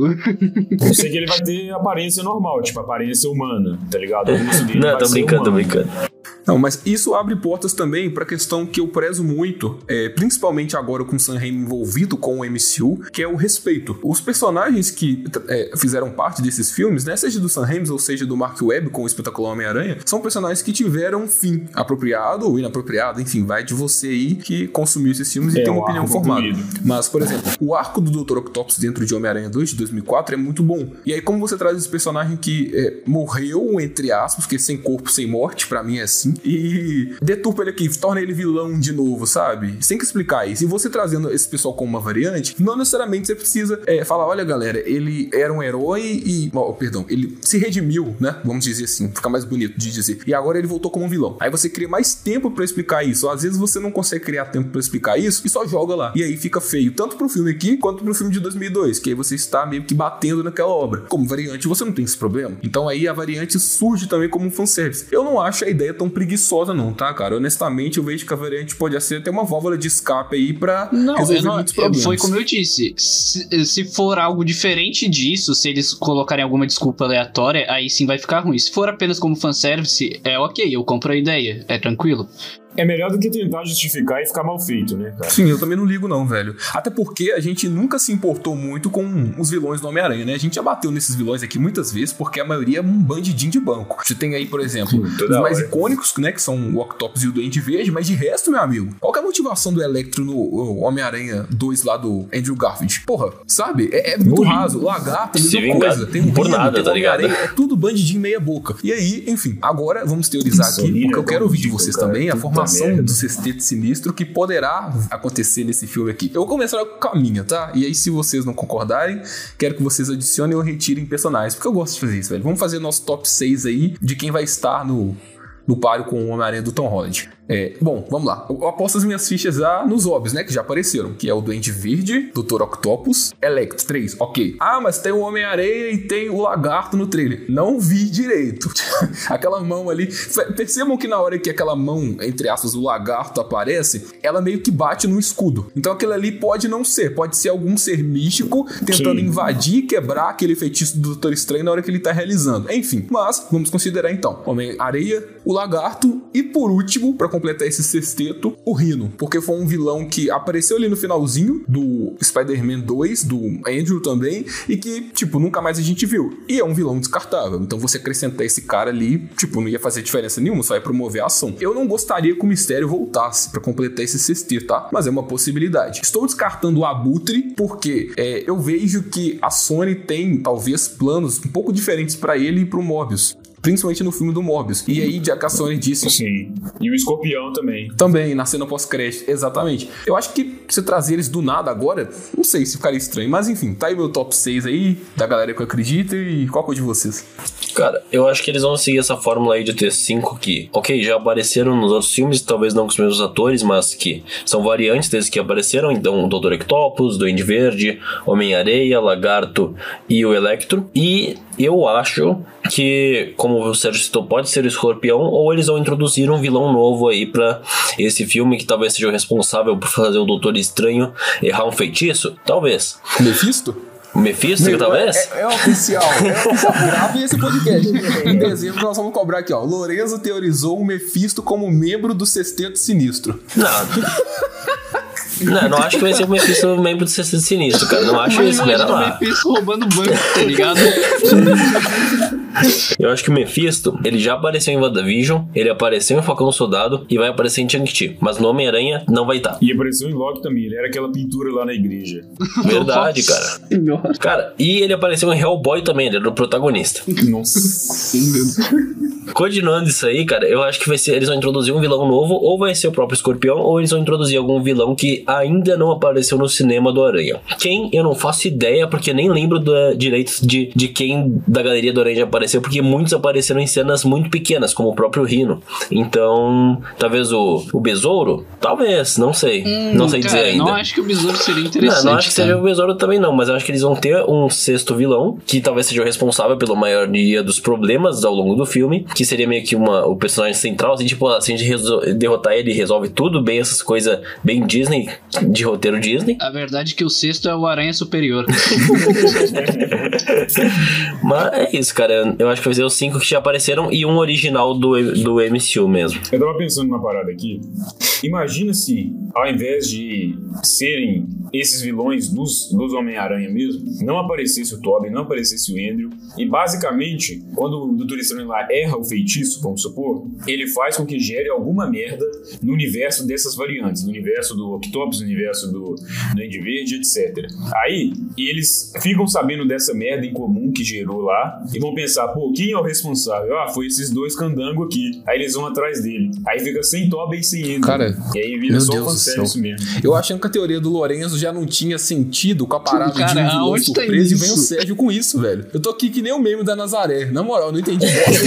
Eu sei que ele vai ter aparência normal, tipo, aparência humana, tá ligado? O rosto dele Não, vai tô ser brincando, tô humano. brincando. Não, mas isso abre portas também pra questão que eu prezo muito, é, principalmente agora com o Sam Raimi envolvido com o M C U, que é o respeito. Os personagens que é, fizeram parte desses filmes, né, seja do Sam Raimi ou seja do Mark Webb com o Espetacular Homem-Aranha, são personagens que tiveram um fim apropriado ou inapropriado, enfim, vai de você aí que consumiu esses filmes e É, tem uma um opinião arco formada. concluído. Mas, por exemplo, o arco do doutor Octopus dentro de Homem-Aranha dois de dois mil e quatro é muito bom. E aí, como você traz esse personagem que é, morreu, entre aspas, porque sem corpo, sem morte, pra mim é assim, e deturpa ele aqui, torna ele vilão de novo, sabe? Você tem que explicar isso. E você trazendo esse pessoal como uma variante, não necessariamente você precisa é, falar, olha, galera, ele era um herói e... Oh, perdão, ele se redimiu, né? Vamos dizer assim, fica mais bonito de dizer. E agora ele voltou como um vilão. Aí você cria mais tempo pra explicar isso. Às vezes você não consegue criar tempo pra explicar isso e só joga lá. E aí fica feio, tanto pro filme aqui, quanto pro filme de dois mil e dois, que aí você está meio que batendo naquela obra. Como variante, você não tem esse problema. Então aí a variante surge também como um fanservice. Eu não acho a ideia tão preguiçosa não, tá, cara? Honestamente, eu vejo que a variante pode ser até uma válvula de escape aí pra Não, resolver eu não, muitos problemas. foi como eu disse. Se, se for algo diferente disso, se eles colocarem alguma desculpa aleatória, aí sim vai ficar ruim. Se for apenas como fanservice, é ok, eu compro a ideia, é tranquilo. É melhor do que tentar justificar e ficar mal feito, né, cara? Sim, eu também não ligo não, velho. Até porque a gente nunca se importou muito com os vilões do Homem-Aranha, né? A gente já bateu nesses vilões aqui muitas vezes, porque a maioria é um bandidinho de banco. Você tem aí, por exemplo, Sim, os mais hora. icônicos, né? Que são o Octopus e o Duende Verde, mas de resto, meu amigo, qual que é a motivação do Electro no Homem-Aranha dois lá do Andrew Garfield? Porra, sabe? É, é muito Horrível. raso. O Lagarto, a mesma Steven coisa. Gar- Tem um por Rino, nada, tem o tá ligado? Homem-Aranha, é tudo bandidinho meia boca. E aí, enfim, agora vamos teorizar aqui, Insomnia, porque eu quero ouvir de ridículo, vocês cara. também a Puta formação merda. do Sexteto Sinistro que poderá acontecer nesse filme aqui. Eu vou começar com a minha, tá? E aí, se vocês não concordarem, quero que vocês adicionem ou retirem personagens, porque eu gosto de fazer isso, velho. Vamos fazer nosso top seis aí de quem vai estar no, no páreo com o Homem-Aranha do Tom Holland. É, bom, vamos lá. Eu aposto as minhas fichas já nos óbvios, né? Que já apareceram. Que é o Duende Verde, doutor Octopus, Electro três, ok. Ah, mas tem o Homem-Aranha e tem o Lagarto no trailer. Não vi direito. Aquela mão ali. Percebam que na hora que aquela mão, entre aspas, do Lagarto aparece, ela meio que bate no escudo. Então aquilo ali pode não ser. Pode ser algum ser místico tentando Sim. invadir e quebrar aquele feitiço do Doutor Estranho na hora que ele tá realizando. Enfim, mas vamos considerar então Homem-Areia, o Lagarto e por último, pra completar esse sexteto, o Rhino, porque foi um vilão que apareceu ali no finalzinho do Spider-Man dois, do Andrew também, e que, tipo, nunca mais a gente viu. E é um vilão descartável, então você acrescentar esse cara ali, tipo, não ia fazer diferença nenhuma, só ia promover a ação. Eu não gostaria que o Mistério voltasse pra completar esse sexteto, tá? Mas é uma possibilidade. Estou descartando o Abutre, porque é, eu vejo que a Sony tem, talvez, planos um pouco diferentes pra ele e pro Morbius. Principalmente no filme do Morbius. E aí, já que a Sony disse... Sim. E o Escorpião também. Também, na cena pós-crédito. Exatamente. Eu acho que você trazer eles do nada agora, não sei se ficaria estranho. Mas enfim, tá aí meu top seis aí, da galera que eu acredito. E qual que é o de vocês? Cara, eu acho que eles vão seguir essa fórmula aí de ter cinco que, ok, já apareceram nos outros filmes, talvez não com os mesmos atores, mas que são variantes desses que apareceram. Então, o doutor Octopus, Duende Verde, Homem-Areia, Lagarto e o Electro. E eu acho que, como o Sérgio citou, pode ser o Escorpião, ou eles vão introduzir um vilão novo aí pra esse filme, que talvez seja o responsável por fazer o Doutor Estranho errar um feitiço. Talvez. Mephisto? O Mephisto, Meu, talvez? É, é oficial, é oficial. Grave esse podcast. Em dezembro nós vamos cobrar aqui, ó. Lorenzo teorizou o Mephisto como membro do Sexteto Sinistro. Não. Não, não acho que vai ser o Mephisto membro do Sexteto Sinistro, cara. Não acho Mas isso, pera imagina o lá. Mephisto roubando banco, tá ligado? Eu acho que o Mephisto, ele já apareceu em WandaVision, ele apareceu em Falcão Soldado e vai aparecer em Shang-Chi. Mas no Homem-Aranha não vai estar. E apareceu em Loki também, ele era aquela pintura lá na igreja. Verdade, cara. Nossa. Cara, e ele apareceu em Hellboy também, ele era o protagonista. Nossa. Continuando isso aí, cara, eu acho que vai ser, eles vão introduzir um vilão novo, ou vai ser o próprio Escorpião, ou eles vão introduzir algum vilão que ainda não apareceu no cinema do Aranha. Quem? Eu não faço ideia, porque nem lembro da, direito de, de quem da galeria do Aranha já apareceu, porque muitos apareceram em cenas muito pequenas, como o próprio Rhino. Então, talvez o, o Besouro? Talvez, não sei. Hum, não sei cara, dizer ainda. Não acho que o Besouro seria interessante. Não, não acho que tá? seja o Besouro também não, mas eu acho que eles vão ter um sexto vilão, que talvez seja o responsável pela maioria dos problemas ao longo do filme, que seria meio que uma, o personagem central, assim, tipo, assim, de derrotar ele, resolve tudo bem, essas coisas bem Disney, de roteiro Disney. A verdade é que o sexto é o Aranha Superior. Mas é isso, cara, eu acho que vai ser os cinco que já apareceram e um original do, do M C U mesmo. Eu tava pensando numa parada aqui. Imagina se, ao invés de serem esses vilões dos, dos Homem-Aranha mesmo, não aparecesse o Tobey, não aparecesse o Andrew, e basicamente, quando o doutor Estranho lá erra o feitiço, vamos supor, ele faz com que gere alguma merda no universo dessas variantes, no universo do Octopus, no universo do Duende Verde, etcétera. Aí, eles ficam sabendo dessa merda em comum que gerou lá, e vão pensar, pô, quem é o responsável? Ah, foi esses dois candangos aqui. Aí eles vão atrás dele. Aí fica sem Tobey e sem Andrew. Cara, e aí vira meu só Deus um do céu. fanservice mesmo. Eu achando que a teoria do Lorenzo já não tinha sentido com a parada Cara, de um vilão aonde tem surpresa e vem o isso? Sérgio com isso, velho. Eu tô aqui que nem o meme da Nazaré. Na moral, eu não entendi.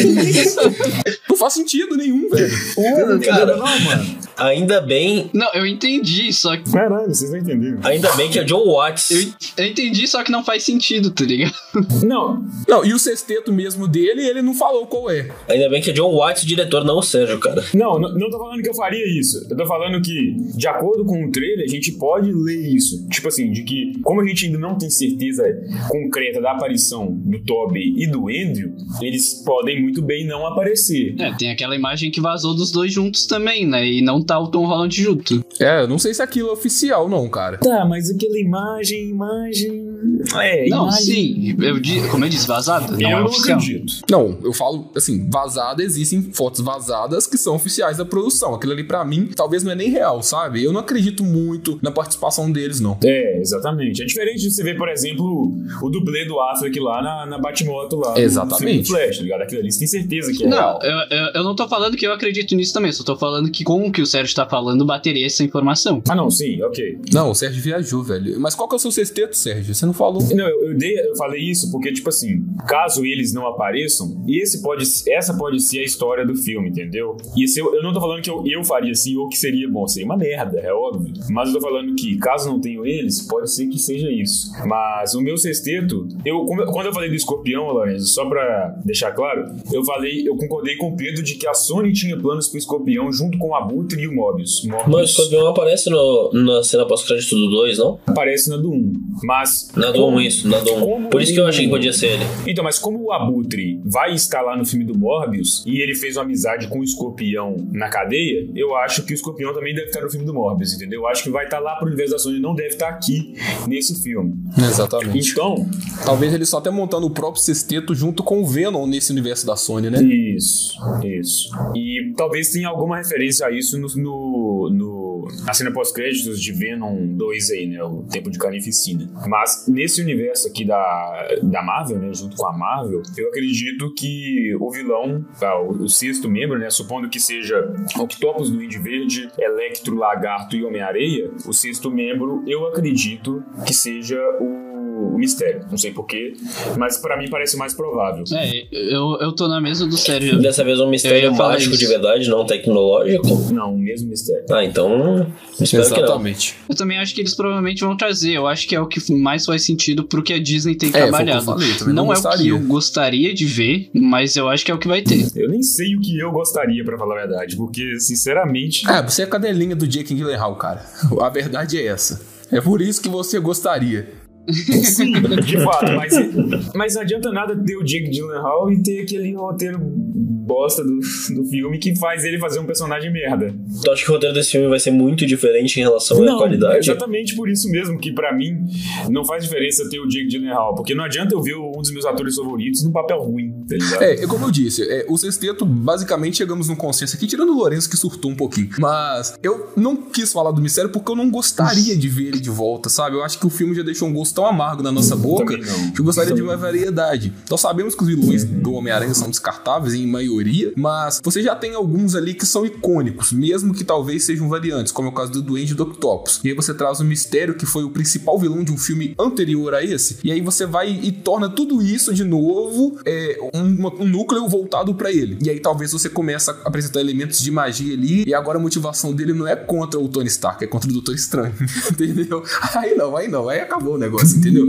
Não faz sentido nenhum, velho. Não, cara. não, mano. Ainda bem, Não, eu entendi, só que. Caralho, vocês não entenderam. ainda bem que é o John Watts. Eu, eu entendi, só que não faz sentido, tá ligado? Não, Não, e o sexteto mesmo dele, ele não falou qual é. Ainda bem que é John Watts o diretor, não o Sérgio, cara. não, não, não tô falando que eu faria isso. Eu tô falando que, de acordo com o trailer, a gente pode ler isso. Tipo assim, de que, como a gente ainda não tem certeza concreta da aparição do Tobey e do Andrew, eles podem muito bem não aparecer. É, tem aquela imagem que vazou dos dois juntos também, né? E não tá o Tom Holland junto. É, eu não sei se aquilo é oficial, não, cara. Tá, mas aquela imagem, imagem... É, Não, imagem... sim, eu, di- como eu disse, vazado, não eu é não oficial. acredito. Não, eu falo, assim, vazada, existem fotos vazadas que são oficiais da produção. Aquilo ali, pra mim, talvez não é nem real, sabe? Eu não acredito muito na participação deles, não. É, exatamente. É diferente de você ver, por exemplo, o dublê do Affleck lá na, na Batmoto lá. Exatamente. No filme do Flash, tá ligado? Aquilo ali você tem certeza que é Não, real. eu, eu, eu não tô falando que eu acredito nisso também, só tô falando que com o que o Sérgio tá falando, bateria essa informação. Ah, não, sim, ok. Não, o Sérgio viajou, velho. Mas qual que é o seu sexteto, Sérgio? Você não falou. Não, eu, eu, dei, eu falei isso porque, tipo assim, caso eles não apareçam, esse pode, essa pode ser a história do filme, entendeu? E esse, eu, eu não tô falando que eu, eu faria assim ou que seria bom, seria uma merda, é óbvio. Mas eu tô falando que, caso não tenham eles, pode ser que seja isso. Mas o meu sexteto, eu, quando eu falei do Escorpião, Lourenço, só pra deixar claro, eu falei, eu concordei com o Pedro de que a Sony tinha planos pro Escorpião junto com o Abutre e o Mobius. Mobius Mas o Escorpião aparece no, na cena pós-crédito do dois, não? aparece na do um, mas... Na do um, isso, na do um. como Por isso que eu achei que o- podia ser ele. Então, mas como o Abutre vai estar lá no filme do Morbius e ele fez uma amizade com o Escorpião na cadeia, eu acho que o Escorpião também deve estar no filme do Morbius, entendeu? Eu acho que vai estar lá pro universo da Sony, não deve estar aqui nesse filme. Exatamente. Então, Talvez eles só até montando o próprio sexteto junto com o Venom nesse universo da Sony, né? isso, isso. E talvez tenha alguma referência a isso no, no, no- na cena pós-créditos de Venom dois aí, né? O Tempo de Carnificina. Mas nesse universo aqui da, da Marvel, né? Junto com a Marvel, eu acredito que o vilão, tá, o, o sexto membro, né? Supondo que seja Octopus, Duende Verde, Electro, Lagarto e Homem-Areia, o sexto membro, eu acredito que seja o o mistério. Não sei porquê, mas pra mim parece mais provável. É, eu, eu tô na mesa do Sérgio. Dessa vez um Eu mistério ia falar mágico isso. de verdade, não tecnológico. Não, o mesmo mistério. Ah, então... Espero que não. Exatamente. Eu também acho que eles provavelmente vão trazer. Eu acho que é o que mais faz sentido pro que a Disney tem É, foi o que eu trabalhado. falei, também não não é o que gostaria. eu gostaria de ver, mas eu acho que é o que vai ter. Eu nem sei o que eu gostaria, pra falar a verdade, porque, sinceramente... Ah, você é a cadelinha do Jake Gyllenhaal, cara. A verdade é essa. É por isso que você gostaria. Sim, de fato, mas, mas não adianta nada ter o Jake Gyllenhaal e ter aquele roteiro bosta do, do filme que faz ele fazer um personagem merda. Tu acha que o roteiro desse filme vai ser muito diferente em relação não, à qualidade? É exatamente por isso mesmo que pra mim não faz diferença ter o Jake Gyllenhaal, porque não adianta eu ver um dos meus atores favoritos num papel ruim, tá ligado? É, é como eu disse, é, o Sexteto, basicamente chegamos num consenso aqui, tirando o Lourenço que surtou um pouquinho, mas eu não quis falar do mistério porque eu não gostaria de ver ele de volta, sabe? Eu acho que o filme já deixou um gosto tão amargo na nossa boca que eu gostaria de uma variedade. Então sabemos que os vilões do Homem-Aranha são descartáveis em maioria, mas você já tem alguns ali que são icônicos, mesmo que talvez sejam variantes, como é o caso do Duende e do Octopus. E aí você traz o Mistério, que foi o principal vilão de um filme anterior a esse, e aí você vai e torna tudo isso de novo é, um, um núcleo voltado pra ele. E aí talvez você comece a apresentar elementos de magia ali, e agora a motivação dele não é contra o Tony Stark, é contra o Doutor Estranho, entendeu? Aí não, aí não, aí acabou o negócio, entendeu?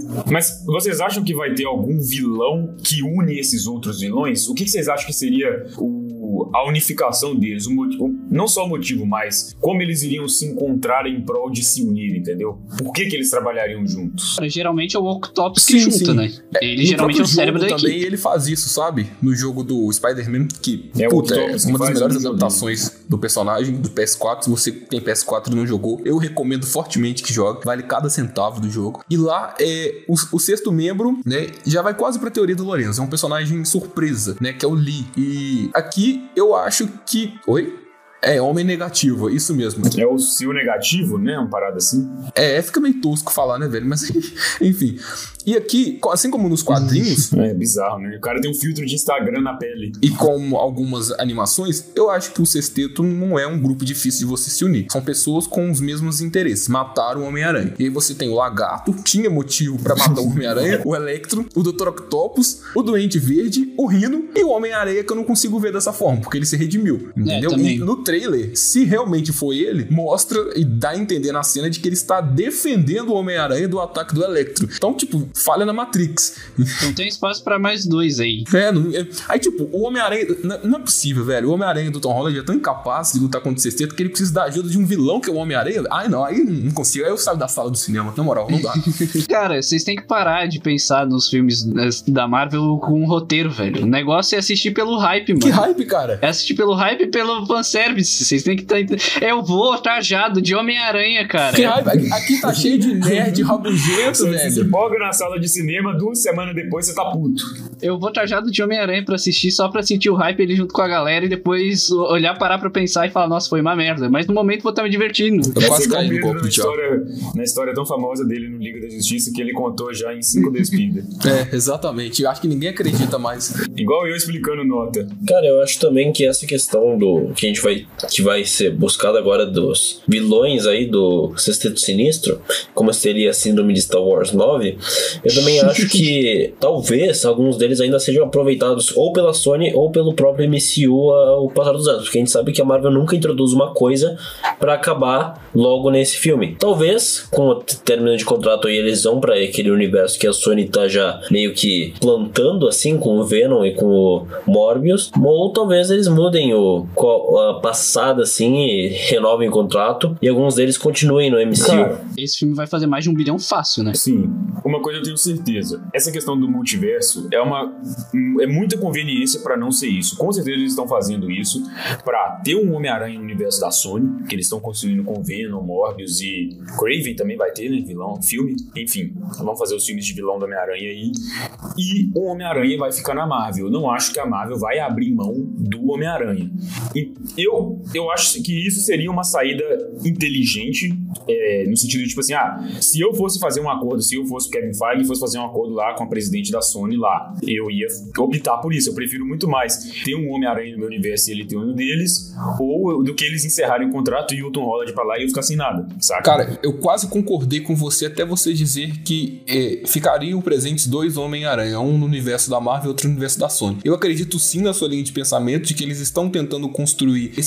Mas vocês acham que vai ter algum vilão que une esses outros vilões? O que vocês acham que seria o, a unificação deles? O motivo, não só o motivo, mas como eles iriam se encontrar em prol de se unir, entendeu? Por que que eles trabalhariam juntos? Geralmente é o Octopus que Sim, junta, sim. né? Ele No geralmente é o próprio cérebro da jogo também equipe. ele faz isso, sabe? No jogo do Spider-Man, que É o puta, é Octopus que uma das faz melhores no jogo. adaptações do personagem, do P S quatro. Se você tem P S quatro e não jogou, eu recomendo fortemente que jogue. Vale cada centavo do jogo. E lá, é, o, o sexto membro, né, já vai quase pra teoria do Lourenço. É um personagem surpresa, né, que é o Lee. E aqui eu acho que... Oi? É, homem negativo, isso mesmo. É o seu negativo, né? Uma parada assim. É, fica meio tosco falar, né, velho? Mas, enfim. E aqui, assim como nos quadrinhos... É bizarro, né? O cara tem um filtro de Instagram na pele. E com algumas animações, eu acho que o Sexteto não é um grupo difícil de você se unir. São pessoas com os mesmos interesses. Mataram o Homem-Aranha. E aí você tem o Lagarto, tinha motivo pra matar o Homem-Aranha, o Electro, o doutor Octopus, o Doente Verde, o Rhino e o Homem-Aranha, que eu não consigo ver dessa forma, porque ele se redimiu, entendeu? É, também. E no trailer, se realmente foi ele, mostra e dá a entender na cena de que ele está defendendo o Homem-Aranha do ataque do Electro. Então, tipo, falha na Matrix. Então tem espaço pra mais dois aí. É, não, é, aí tipo, o Homem-Aranha, não, não é possível, velho, o Homem-Aranha do Tom Holland é tão incapaz de lutar contra o Sexteto que ele precisa da ajuda de um vilão que é o Homem-Aranha. Ai não, aí não consigo, aí eu saio da sala do cinema, na moral, não dá. Cara, vocês têm que parar de pensar nos filmes da Marvel com um roteiro, velho. O negócio é assistir pelo hype, mano. Que hype, cara. É assistir pelo hype e pelo fanservice. Vocês têm que estar... Tá... Eu vou trajado de Homem-Aranha, cara. Que hype, aqui, aqui tá cheio de nerd rabugento, Você se velho. empolga na sala de cinema, duas semanas depois você tá puto. Eu vou trajado de Homem-Aranha pra assistir, só pra sentir o hype ali junto com a galera e depois olhar, parar pra pensar e falar, nossa, foi uma merda. Mas no momento vou estar me divertindo. Eu quase Essa é caí no Pedro golpe na de Thiago. história, na história tão famosa dele no Liga da Justiça que ele contou já em cinco Despida. É, exatamente. Eu acho que ninguém acredita mais. Igual eu explicando nota. Cara, eu acho também que essa questão do que a gente vai que vai ser buscado agora dos vilões aí do Sexteto Sinistro, como seria a síndrome de Star Wars nove, eu também acho que talvez alguns deles ainda sejam aproveitados ou pela Sony ou pelo próprio M C U ao passar dos anos, porque a gente sabe que a Marvel nunca introduz uma coisa pra acabar logo nesse filme. Talvez, com o término de contrato aí, eles vão pra aquele universo que a Sony tá já meio que plantando assim, com o Venom e com o Morbius, ou talvez eles mudem o, a passada assim e renovem o contrato e alguns deles continuem no M C U. Cara, Esse filme vai fazer mais de um bilhão fácil, né? sim, uma coisa eu tenho certeza. Essa questão do multiverso é uma é muita conveniência pra não ser isso. Com certeza eles estão fazendo isso pra ter um Homem-Aranha no universo da Sony, que eles estão construindo com Venom, Morbius e Kraven também vai ter, né? Vilão, filme. Enfim, vamos fazer os filmes de vilão do Homem-Aranha aí. E o Homem-Aranha vai ficar na Marvel. Eu não acho que a Marvel vai abrir mão do Homem-Aranha. E eu, eu acho que isso seria uma saída inteligente, é, no sentido de, tipo assim, ah, se eu fosse fazer um acordo, se eu fosse o Kevin Feige e fosse fazer um acordo lá com a presidente da Sony lá, eu ia optar por isso. Eu prefiro muito mais ter um Homem-Aranha no meu universo e ele ter um deles, ou do que eles encerrarem o contrato e o Tom Holland pra lá e eu ficar sem nada, saca? Cara, eu quase concordei com você até você dizer que é, ficariam presentes dois Homem-Aranha, um no universo da Marvel e outro no universo da Sony. Eu acredito sim na sua linha de pensamento de que eles estão tentando construir esse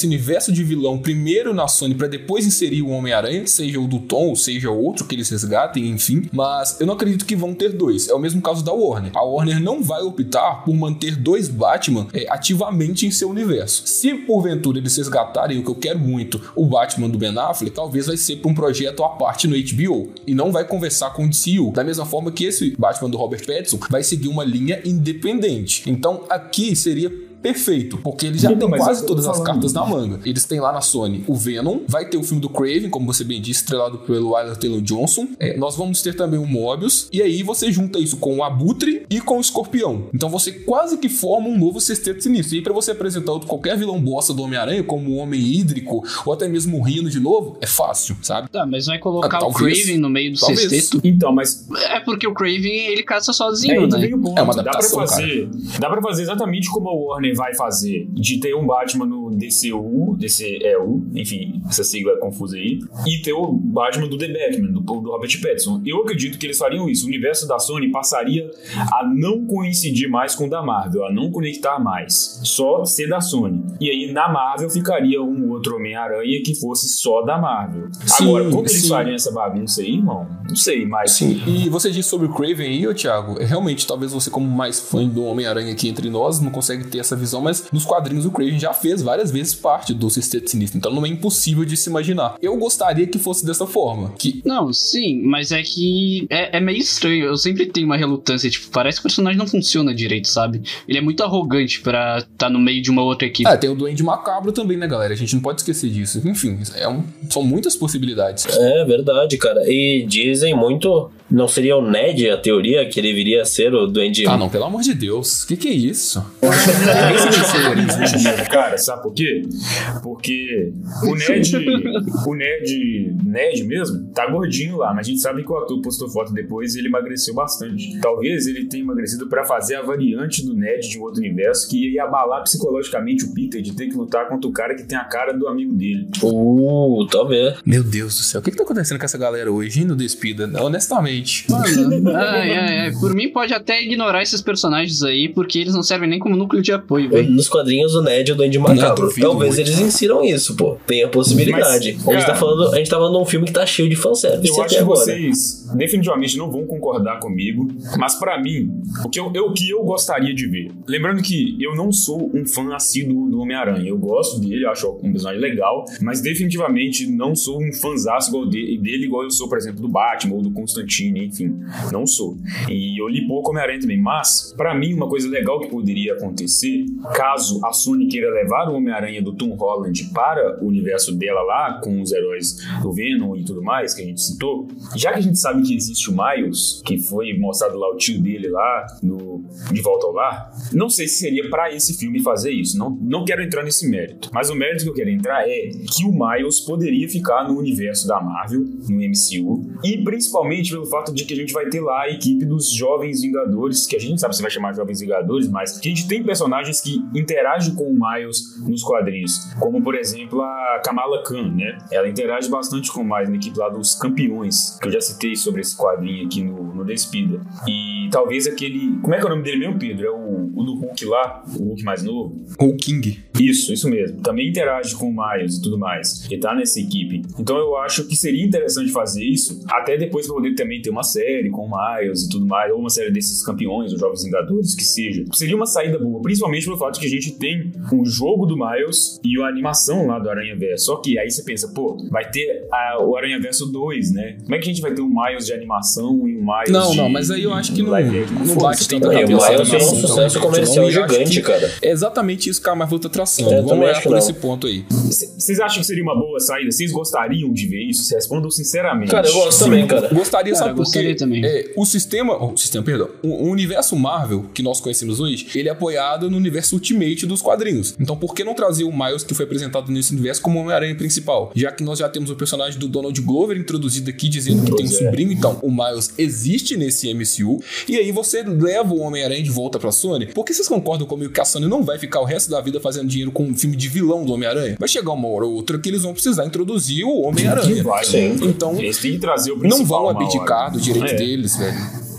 esse universo de vilão primeiro na Sony pra depois inserir o Homem-Aranha, seja o do Tom, ou seja outro que eles resgatem, enfim. Mas eu não acredito que vão ter dois. É o mesmo caso da Warner. A Warner não vai optar por manter dois Batman é, ativamente em seu universo. Se porventura eles resgatarem, o que eu quero muito, o Batman do Ben Affleck, talvez vai ser pra um projeto à parte no H B O e não vai conversar com o D C U. Da mesma forma que esse Batman do Robert Pattinson vai seguir uma linha independente. Então aqui seria perfeito, porque eles já então, têm quase eu, todas eu as falando. cartas na manga. Eles têm lá na Sony o Venom, vai ter o filme do Craven, como você bem disse, estrelado pelo Aaron Taylor Johnson. É, nós vamos ter também o Mobius, e aí você junta isso com o Abutre e com o Escorpião. Então você quase que forma um novo Sexteto Sinistro. E aí pra você apresentar outro, qualquer vilão bosta do Homem-Aranha, como o Homem Hídrico, ou até mesmo o Rhino de novo, é fácil, sabe? Tá, mas vai colocar Ah, o talvez. Craven no meio do Talvez. sexteto? Então, mas É porque o Craven, ele caça é, sozinho, aí né? vem o ponto. É uma dá pra adaptação, fazer, dá pra fazer exatamente como a Warner vai fazer, de ter um Batman no D C U, D C E U, enfim, essa sigla é confusa aí, e ter o Batman do The Batman, do, do Robert Pattinson. Eu acredito que eles fariam isso. O universo da Sony passaria a não coincidir mais com o da Marvel, a não conectar mais, só ser da Sony. E aí na Marvel ficaria um outro Homem-Aranha que fosse só da Marvel. Sim, Agora, como eles sim. fariam essa bagunça aí, irmão? Não sei, mas... Sim, e você disse sobre o Craven aí, ô Thiago, é, realmente, talvez você como mais fã do Homem-Aranha aqui entre nós não consegue ter essa visão, mas nos quadrinhos o Craven já fez várias vezes parte do Sexteto Sinistro, então não é impossível de se imaginar. Eu gostaria que fosse dessa forma, que... Não, sim, mas é que é, é meio estranho. Eu sempre tenho uma relutância, tipo, parece que o personagem não funciona direito, sabe? Ele é muito arrogante pra estar no meio de uma outra equipe. Ah, tem o Duende Macabro também, né, galera? A gente não pode esquecer disso. Enfim, é um, são muitas possibilidades. É verdade, cara. E dizem muito... Não seria o Ned a teoria que ele viria a ser o Duende... Ah, não, pelo amor de Deus. O que que é isso? Cara, sabe por quê? Porque o Ned, o Ned, Ned mesmo, tá gordinho lá, mas a gente sabe que o ator postou foto depois e ele emagreceu bastante. Talvez ele tenha emagrecido pra fazer a variante do Ned de um outro universo que ia abalar psicologicamente o Peter de ter que lutar contra o cara que tem a cara do amigo dele. Uh, talvez. Meu Deus do céu, o que que tá acontecendo com essa galera hoje, hein, no Despida? Honestamente. Mano, ai, ai, ai. Por mim pode até ignorar esses personagens aí, porque eles não servem nem como núcleo de apoio, velho. Nos quadrinhos, o Ned e o Duende Macabro. Não, duvido Talvez muito. eles insiram isso, pô. Tem a possibilidade. Mas, a, gente tá cara, falando, a gente tá falando de um filme que tá cheio de fanservice Eu acho até que agora. vocês definitivamente não vão concordar comigo, mas pra mim, o que eu, eu, o que eu gostaria de ver, lembrando que eu não sou um fã assíduo do Homem-Aranha, eu gosto dele, eu acho um personagem legal, mas definitivamente não sou um fãzaço igual dele, dele, igual eu sou, por exemplo, do Batman ou do Constantine, enfim, não sou. E eu li pouco Homem-Aranha também, mas pra mim uma coisa legal que poderia acontecer, caso a Sony queira levar o Homem-Aranha do Tom Holland para o universo dela lá, com os heróis do Venom e tudo mais, que a gente citou, já que a gente sabe que existe o Miles, que foi mostrado lá o tio dele lá, no De Volta ao Lar, não sei se seria pra esse filme fazer isso, não, não quero entrar nesse mérito, mas o mérito que eu quero entrar é que o Miles poderia ficar no universo da Marvel, no M C U, e principalmente pelo fato de que a gente vai ter lá a equipe dos Jovens Vingadores, que a gente não sabe se vai chamar Jovens Vingadores, mas que a gente tem personagens que interagem com o Miles nos quadrinhos, como por exemplo a Kamala Khan, né? Ela interage bastante com o Miles na equipe lá dos Campeões, que eu já citei sobre esse quadrinho aqui no, no Despida. E talvez aquele... Como é que é o nome dele mesmo, Pedro? É o, o do Hulk lá, o Hulk mais novo? Ou King. Isso, isso mesmo. Também interage com o Miles e tudo mais, que tá nessa equipe. Então eu acho que seria interessante fazer isso, até depois pra poder também ter uma série com o Miles e tudo mais, ou uma série desses campeões, os Jovens Vingadores, que seja. Seria uma saída boa, principalmente pelo fato de que a gente tem um jogo do Miles e a animação lá do Aranha-Verso. Só que aí você pensa, pô, vai ter a, o Aranha-Verso dois, né? Como é que a gente vai ter um Miles de animação e um Miles Não, de... não, mas aí eu acho que não, live action? não Foda-se, bate tem tanto que a E o ter cabeça Miles da é um nação, sucesso então, comercial eu acho gigante, que cara. É exatamente isso que a Marvel tá traçando. É, eu Vamos também olhar acho que por não. esse ponto aí. Vocês acham que seria uma boa saída? Vocês gostariam de ver isso? Vocês respondam sinceramente. Cara, eu gosto Sim, também, cara. Gostaria, Cara, sabe eu por gostaria quê? também. É, o sistema, o sistema, perdão, o, o universo Marvel que nós conhecemos hoje, ele é apoiado no universo Ultimate dos quadrinhos. Então, por que não trazer o Miles que foi apresentado nesse universo como Homem-Aranha principal? Já que nós já temos o personagem do Donald Glover introduzido aqui, dizendo que tem um Pois é. sobrinho, então o Miles existe nesse M C U, e aí você leva o Homem-Aranha de volta pra Sony. Por que vocês concordam comigo que a Sony não vai ficar o resto da vida fazendo dinheiro com um filme de vilão do Homem-Aranha? Vai chegar uma hora ou outra que eles vão precisar introduzir o Homem-Aranha. Vai, Sim. né? Então, Eles têm que trazer o principal não vão uma abdicar hora. do direito É. deles, velho.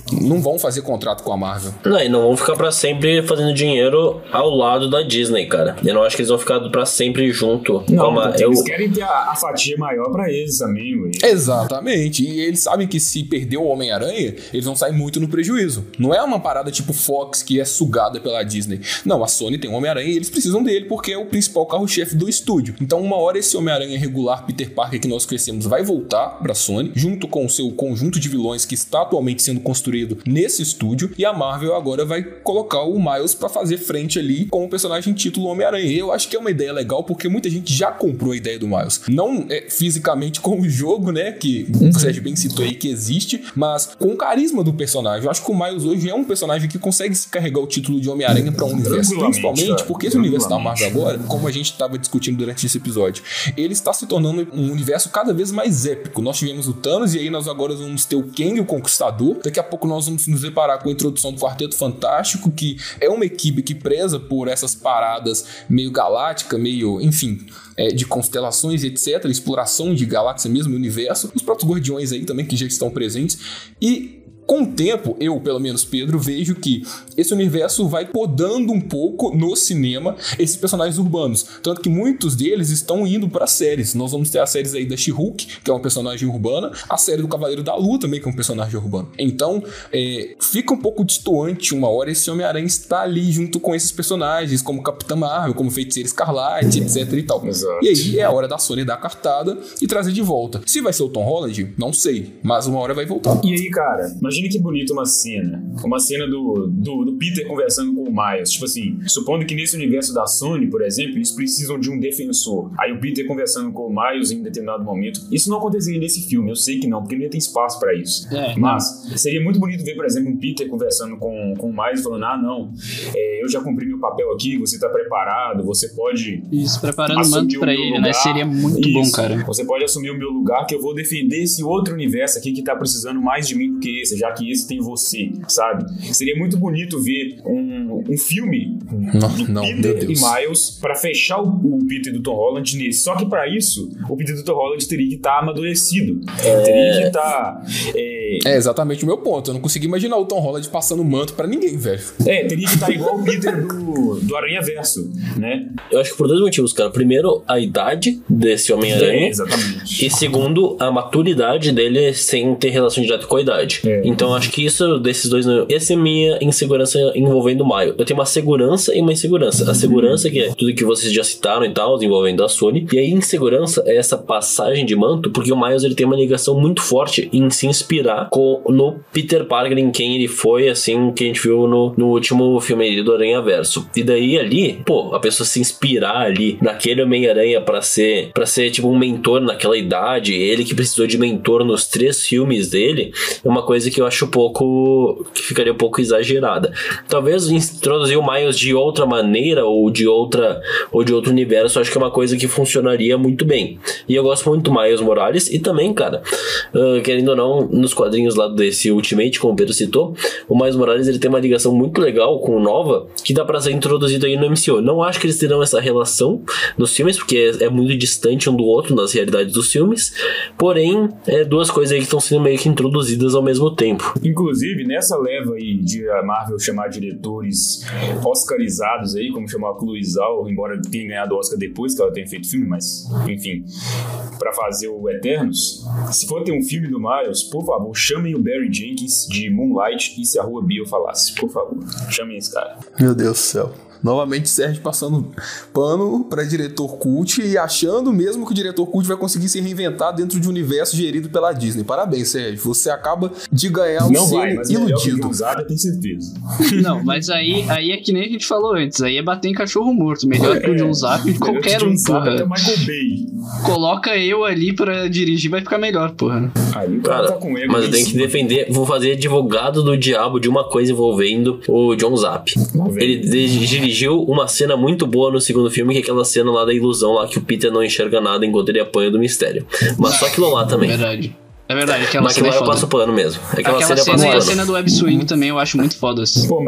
não vão fazer contrato com a Marvel. Não, e não vão ficar pra sempre fazendo dinheiro ao lado da Disney, cara. Eu não acho que eles vão ficar pra sempre junto. Não, com a... porque eu... eles querem ter a, a fatia maior pra eles também, ué. Exatamente. E eles sabem que se perder o Homem-Aranha, eles vão sair muito no prejuízo. Não é uma parada tipo Fox que é sugada pela Disney. Não, a Sony tem o Homem-Aranha e eles precisam dele porque é o principal carro-chefe do estúdio. Então, uma hora esse Homem-Aranha regular Peter Parker que nós conhecemos vai voltar pra Sony, junto com o seu conjunto de vilões que está atualmente sendo construído nesse estúdio, e a Marvel agora vai colocar o Miles pra fazer frente ali com o personagem título Homem-Aranha. Eu acho que é uma ideia legal porque muita gente já comprou a ideia do Miles. Não é, fisicamente com o jogo, né, que o Sérgio bem citou aí que existe, mas com o carisma do personagem. Eu acho que o Miles hoje é um personagem que consegue se carregar o título de Homem-Aranha pra um universo, principalmente porque esse universo da Marvel agora, como a gente estava discutindo durante esse episódio, ele está se tornando um universo cada vez mais épico. Nós tivemos o Thanos e aí nós agora vamos ter o Kang, o Conquistador. Daqui a pouco nós vamos nos deparar com a introdução do Quarteto Fantástico, que é uma equipe que preza por essas paradas meio galáctica, meio, enfim, é, de constelações e etcétera, exploração de galáxia mesmo, universo. Os próprios Guardiões aí também, que já estão presentes. E com o tempo, eu, pelo menos Pedro, vejo que esse universo vai podando um pouco no cinema esses personagens urbanos. Tanto que muitos deles estão indo para séries. Nós vamos ter as séries aí da She-Hulk, que é uma personagem urbana, a série do Cavaleiro da Lua também, que é um personagem urbano. Então, é, fica um pouco distoante uma hora esse Homem-Aranha está ali junto com esses personagens, como Capitã Marvel, como Feiticeira Escarlate, etc e tal. Exato. E aí é a hora da Sony dar a cartada e trazer de volta. Se vai ser o Tom Holland, não sei, mas uma hora vai voltar. E aí, cara, imagina que bonito uma cena. Uma cena do, do, do Peter conversando com o Miles. Tipo assim, supondo que nesse universo da Sony, por exemplo, eles precisam de um defensor. Aí o Peter conversando com o Miles em determinado momento. Isso não aconteceria nesse filme, eu sei que não, porque não tem espaço pra isso. É, mas não. Seria muito bonito ver, por exemplo, um Peter conversando com, com o Miles falando, ah, não, é, eu já cumpri meu papel aqui, você tá preparado, você pode... Isso, preparando o manto pra ele, lugar. Né? Seria muito isso, bom, cara. Você pode assumir o meu lugar que eu vou defender esse outro universo aqui que tá precisando mais de mim do que esse, já que esse tem você, sabe? Seria muito bonito ver um, um filme não, de não, Peter e Miles pra fechar o, o Peter do Tom Holland nesse. Só que pra isso, o Peter do Tom Holland teria que estar tá amadurecido. É... Teria que estar... Tá, é... é exatamente o meu ponto. Eu não consigo imaginar o Tom Holland passando manto pra ninguém, velho. É, teria que estar tá igual o Peter do, do Aranha-Verso, né? Eu acho que por dois motivos, cara. Primeiro, a idade desse Homem-Aranha. É, exatamente. E segundo, a maturidade dele sem ter relação direta com a idade. É. Então, acho que isso, desses dois... Essa é a minha insegurança envolvendo o Miles. Eu tenho uma segurança e uma insegurança. A segurança, que é tudo que vocês já citaram e tal, envolvendo a Sony. E a insegurança é essa passagem de manto, porque o Miles ele tem uma ligação muito forte em se inspirar com, no Peter Parker, em quem ele foi, assim, que a gente viu no, no último filme do Aranha-Verso. E daí ali, pô, a pessoa se inspirar ali naquele Homem-Aranha pra ser, pra ser tipo um mentor naquela idade, ele que precisou de mentor nos três filmes dele, é uma coisa que eu acho um pouco... que ficaria um pouco exagerada. Talvez introduzir o Miles de outra maneira ou de outra ou de outro universo, acho que é uma coisa que funcionaria muito bem. E eu gosto muito do Miles Morales e também, cara, uh, querendo ou não, nos quadrinhos lá desse Ultimate, como o Pedro citou, o Miles Morales ele tem uma ligação muito legal com o Nova, que dá pra ser introduzido aí no M C U. Não acho que eles terão essa relação nos filmes, porque é, é muito distante um do outro nas realidades dos filmes, porém, é duas coisas aí que estão sendo meio que introduzidas ao mesmo tempo. Inclusive, nessa leva aí de a Marvel chamar diretores oscarizados aí, como chamou a Chloe Zhao, embora tenha ganhado o Oscar depois que ela tenha feito filme, mas, enfim, pra fazer o Eternos, se for ter um filme do Miles, por favor, chamem o Barry Jenkins de Moonlight e Se a Rua Bio Falasse, por favor, chamem esse cara. Meu Deus do céu. Novamente Sérgio passando pano para diretor cult e achando mesmo que o diretor cult vai conseguir se reinventar dentro de um universo gerido pela Disney. Parabéns, Sérgio. Você acaba de ganhar um não vai, mas iludido. Usado, eu tenho certeza. Não, mas aí, aí é que nem a gente falou antes. Aí é bater em cachorro morto. Melhor que o John Zap de qualquer um, porra. Até o Michael Bay. Coloca eu ali pra dirigir, vai ficar melhor, porra. Aí o cara, cara tá com ele. Mas eu tenho que defender. Vou fazer advogado do diabo de uma coisa envolvendo o John Zap. Ele dirigiu uma cena muito boa no segundo filme, que é aquela cena lá da ilusão lá que o Peter não enxerga nada enquanto ele apanha do mistério. Mas só aquilo lá também. É verdade. É verdade, aquela mas cena aquilo é lá eu passo pano mesmo. Aquela, aquela cena, cena eu e a cena do web swing também eu acho muito foda. Pô, mas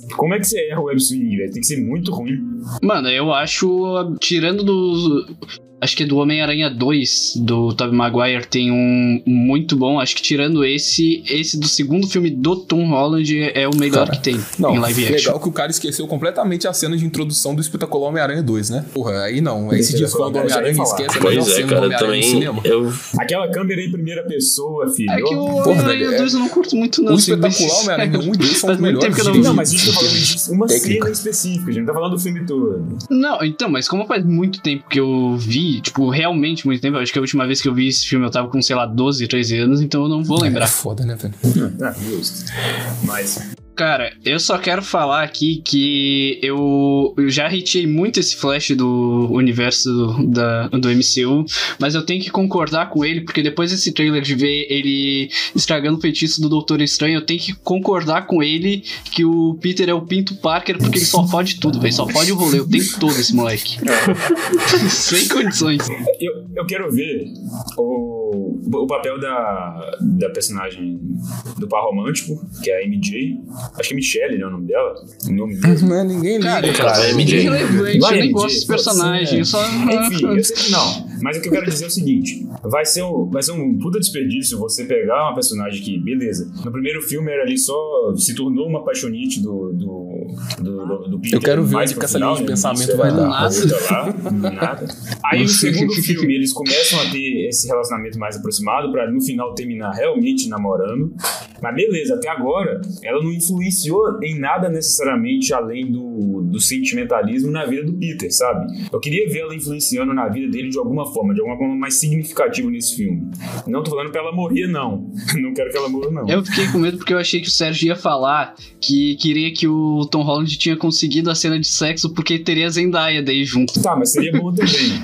Como é que você erra o web swing, velho? Tem que ser muito ruim. Mano, eu acho, tirando do... Acho que do Homem-Aranha dois, do Tobey Maguire, tem um muito bom. Acho que tirando esse, esse do segundo filme do Tom Holland é o melhor Cara, que tem não, em live action. Legal que o cara esqueceu completamente a cena de introdução do espetacular Homem-Aranha dois, né? Porra, aí não. Aí se diz fã do Homem-Aranha, esquece a melhor Pois é, cena do cara, Homem-Aranha no também cinema. eu... Aquela câmera em primeira pessoa, filho. É que o Porra, Homem-Aranha velho, dois eu não curto muito, não. O assim, espetacular mas- Homem-Aranha um e dois são os Faz muito tempo melhores que eu não de- vi. Não, mas a gente tá falando de uma Técnica. cena específica, a gente não tá falando do filme todo. Não, então, mas como faz muito tempo que eu vi, tipo, realmente muito tempo, eu acho que a última vez que eu vi esse filme eu tava com, sei lá, doze, treze anos, então eu não vou É lembrar. foda, né, velho? Ah, justo. Mas... Cara, eu só quero falar aqui que eu, eu já hateei muito esse Flash do universo da, do M C U, mas eu tenho que concordar com ele, porque depois desse trailer de ver ele estragando o feitiço do Doutor Estranho, eu tenho que concordar com ele que o Peter é o Pinto Parker, porque ele só fode tudo, velho, só fode o rolê o tempo todo, esse moleque. Sem condições. Eu, eu quero ver o, o papel da, da personagem do par romântico, que é a M J. Acho que é Michelle, né, o nome dela? O nome dela. Não é ninguém liga, Cara, cara. é é M J. irrelevante, Vai, eu nem M J, gosto desse personagem, eu só... Enfim, eu sei que não. Mas o que eu quero dizer é o seguinte: vai ser um, vai ser um puta desperdício você pegar uma personagem que, beleza, no primeiro filme era ali só. Se tornou uma apaixonite do, do, do, do, do Peter. Eu quero ver mais onde pro que essa final, linha de né, pensamento isso vai era dar. Nada. outra lá, nada. Aí no segundo filme eles começam a ter esse relacionamento mais aproximado pra no final terminar realmente namorando. Mas beleza, até agora ela não influenciou em nada necessariamente além do, do sentimentalismo na vida do Peter, sabe? Eu queria ver ela influenciando na vida dele de alguma forma, de alguma forma mais significativa nesse filme. Não tô falando pra ela morrer, não. Não quero que ela morra, não. Eu fiquei com medo porque eu achei que o Sérgio ia falar que queria que o Tom Holland tinha conseguido a cena de sexo porque teria a Zendaya daí junto. Tá, mas seria bom também.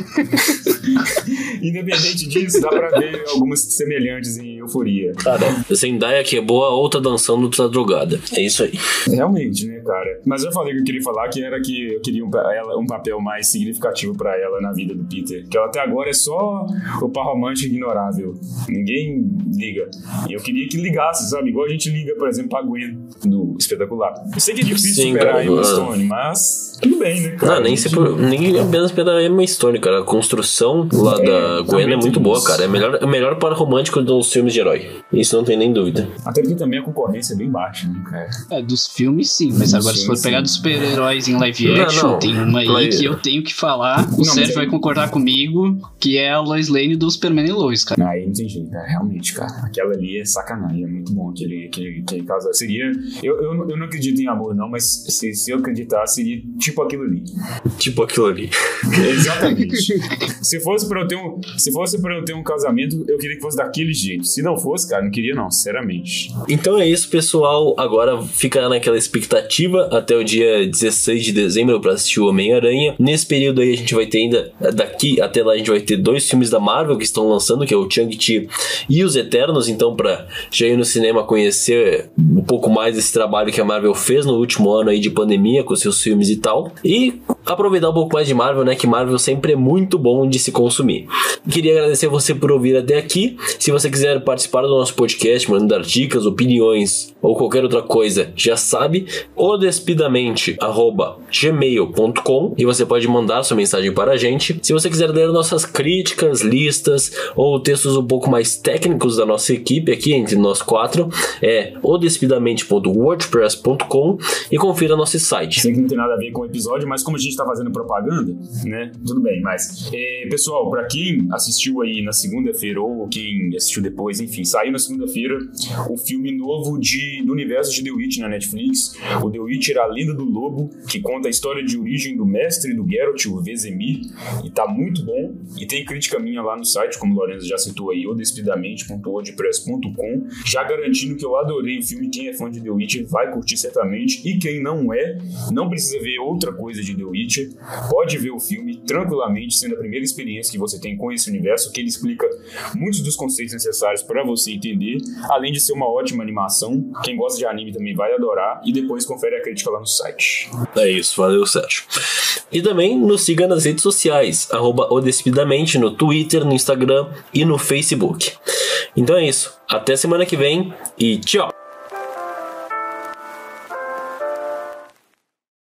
Independente disso, dá pra ver algumas semelhantes em Euforia. Cara, Zendaya que é boa ou tá dançando ou tá drogada. É isso aí. Realmente, né, cara? Mas eu falei que eu queria falar que era que eu queria um, pa- ela, um papel mais significativo pra ela na vida do Peter. Que ela até agora é só o par romântico ignorável. Ninguém liga. E eu queria que ligasse, sabe? Igual a gente liga, por exemplo, pra Gwen do Espetacular. Eu sei que é difícil Sim, superar cara, a Emma ah. Stone, mas tudo bem, né, cara? Não, nem, A se gente- por, nem apenas pela Emma Stone, cara. A construção lá É, da Gwen é também muito tem boa, isso. cara. É melhor, é melhor para romântico dos filmes de herói. Isso não tem nem dúvida. Até porque também a concorrência é bem baixa, né, cara? É, dos filmes sim, mas agora Sim, se for sim. pegar dos super-heróis em live Não, action, não. tem uma aí Mas- que eu tenho que falar, o mas Sérgio aí- vai concordar comigo, que é a Lois Lane do Superman e Lois, cara. Aí não tem jeito, né? Realmente, cara. Aquela ali é sacanagem, é muito bom aquele, aquele, aquele casal. Seria. Eu, eu, não- eu não acredito em amor, não, mas se, se eu acreditar, seria tipo aquilo ali. Tipo aquilo ali. Exatamente. se fosse pra eu ter um. Se fosse pra eu ter um casamento, eu queria que fosse daquele jeito. Se não fosse, cara, não queria, não, sinceramente. Então é isso, pessoal. Agora fica naquela expectativa até o dia dezesseis de dezembro pra assistir o Homem-Aranha. Nesse período aí a gente vai ter ainda, daqui até lá a gente vai ter dois filmes da Marvel que estão lançando, que é o Shang-Chi e os Eternos. Então pra já ir no cinema conhecer um pouco mais desse trabalho que a Marvel fez no último ano aí de pandemia com seus filmes e tal. E aproveitar um pouco mais de Marvel, né? Que Marvel sempre é muito bom de se consumir. Queria agradecer você por ouvir até aqui. Se você quiser participar do nosso podcast, mandar dicas, opiniões ou qualquer outra coisa, já sabe, odespidamente arroba gmail ponto com, e você pode mandar sua mensagem para a gente. Se você quiser ler nossas críticas, listas ou textos um pouco mais técnicos da nossa equipe aqui, entre nós quatro, é odespidamente ponto wordpress ponto com e confira nosso site. Sei que não tem nada a ver com o episódio, mas como a gente tá fazendo propaganda, né? Tudo bem, mas... é, pessoal, pra quem assistiu aí na segunda-feira ou quem assistiu depois, enfim, saiu na segunda-feira o filme novo de, do universo de The Witcher na Netflix, o The Witcher, A Lenda do Lobo, que conta a história de origem do mestre do Geralt, o Vesemir, e tá muito bom, e tem crítica minha lá no site, como o Lorenzo já citou aí, odespidamente ponto wordpress ponto com, já garantindo que eu adorei o filme. Quem é fã de The Witcher vai curtir certamente, e quem não é, não precisa ver outra coisa de The Witcher, pode ver o filme tranquilamente, sendo a primeira experiência que você tem com esse universo, que ele explica muitos dos conceitos necessários para você entender, além de ser uma ótima animação. Quem gosta de anime também vai adorar, e depois confere a crítica lá no site. É isso, valeu, Sérgio. E também nos siga nas redes sociais, arroba odespidamente no Twitter, no Instagram e no Facebook. Então é isso, até semana que vem e tchau!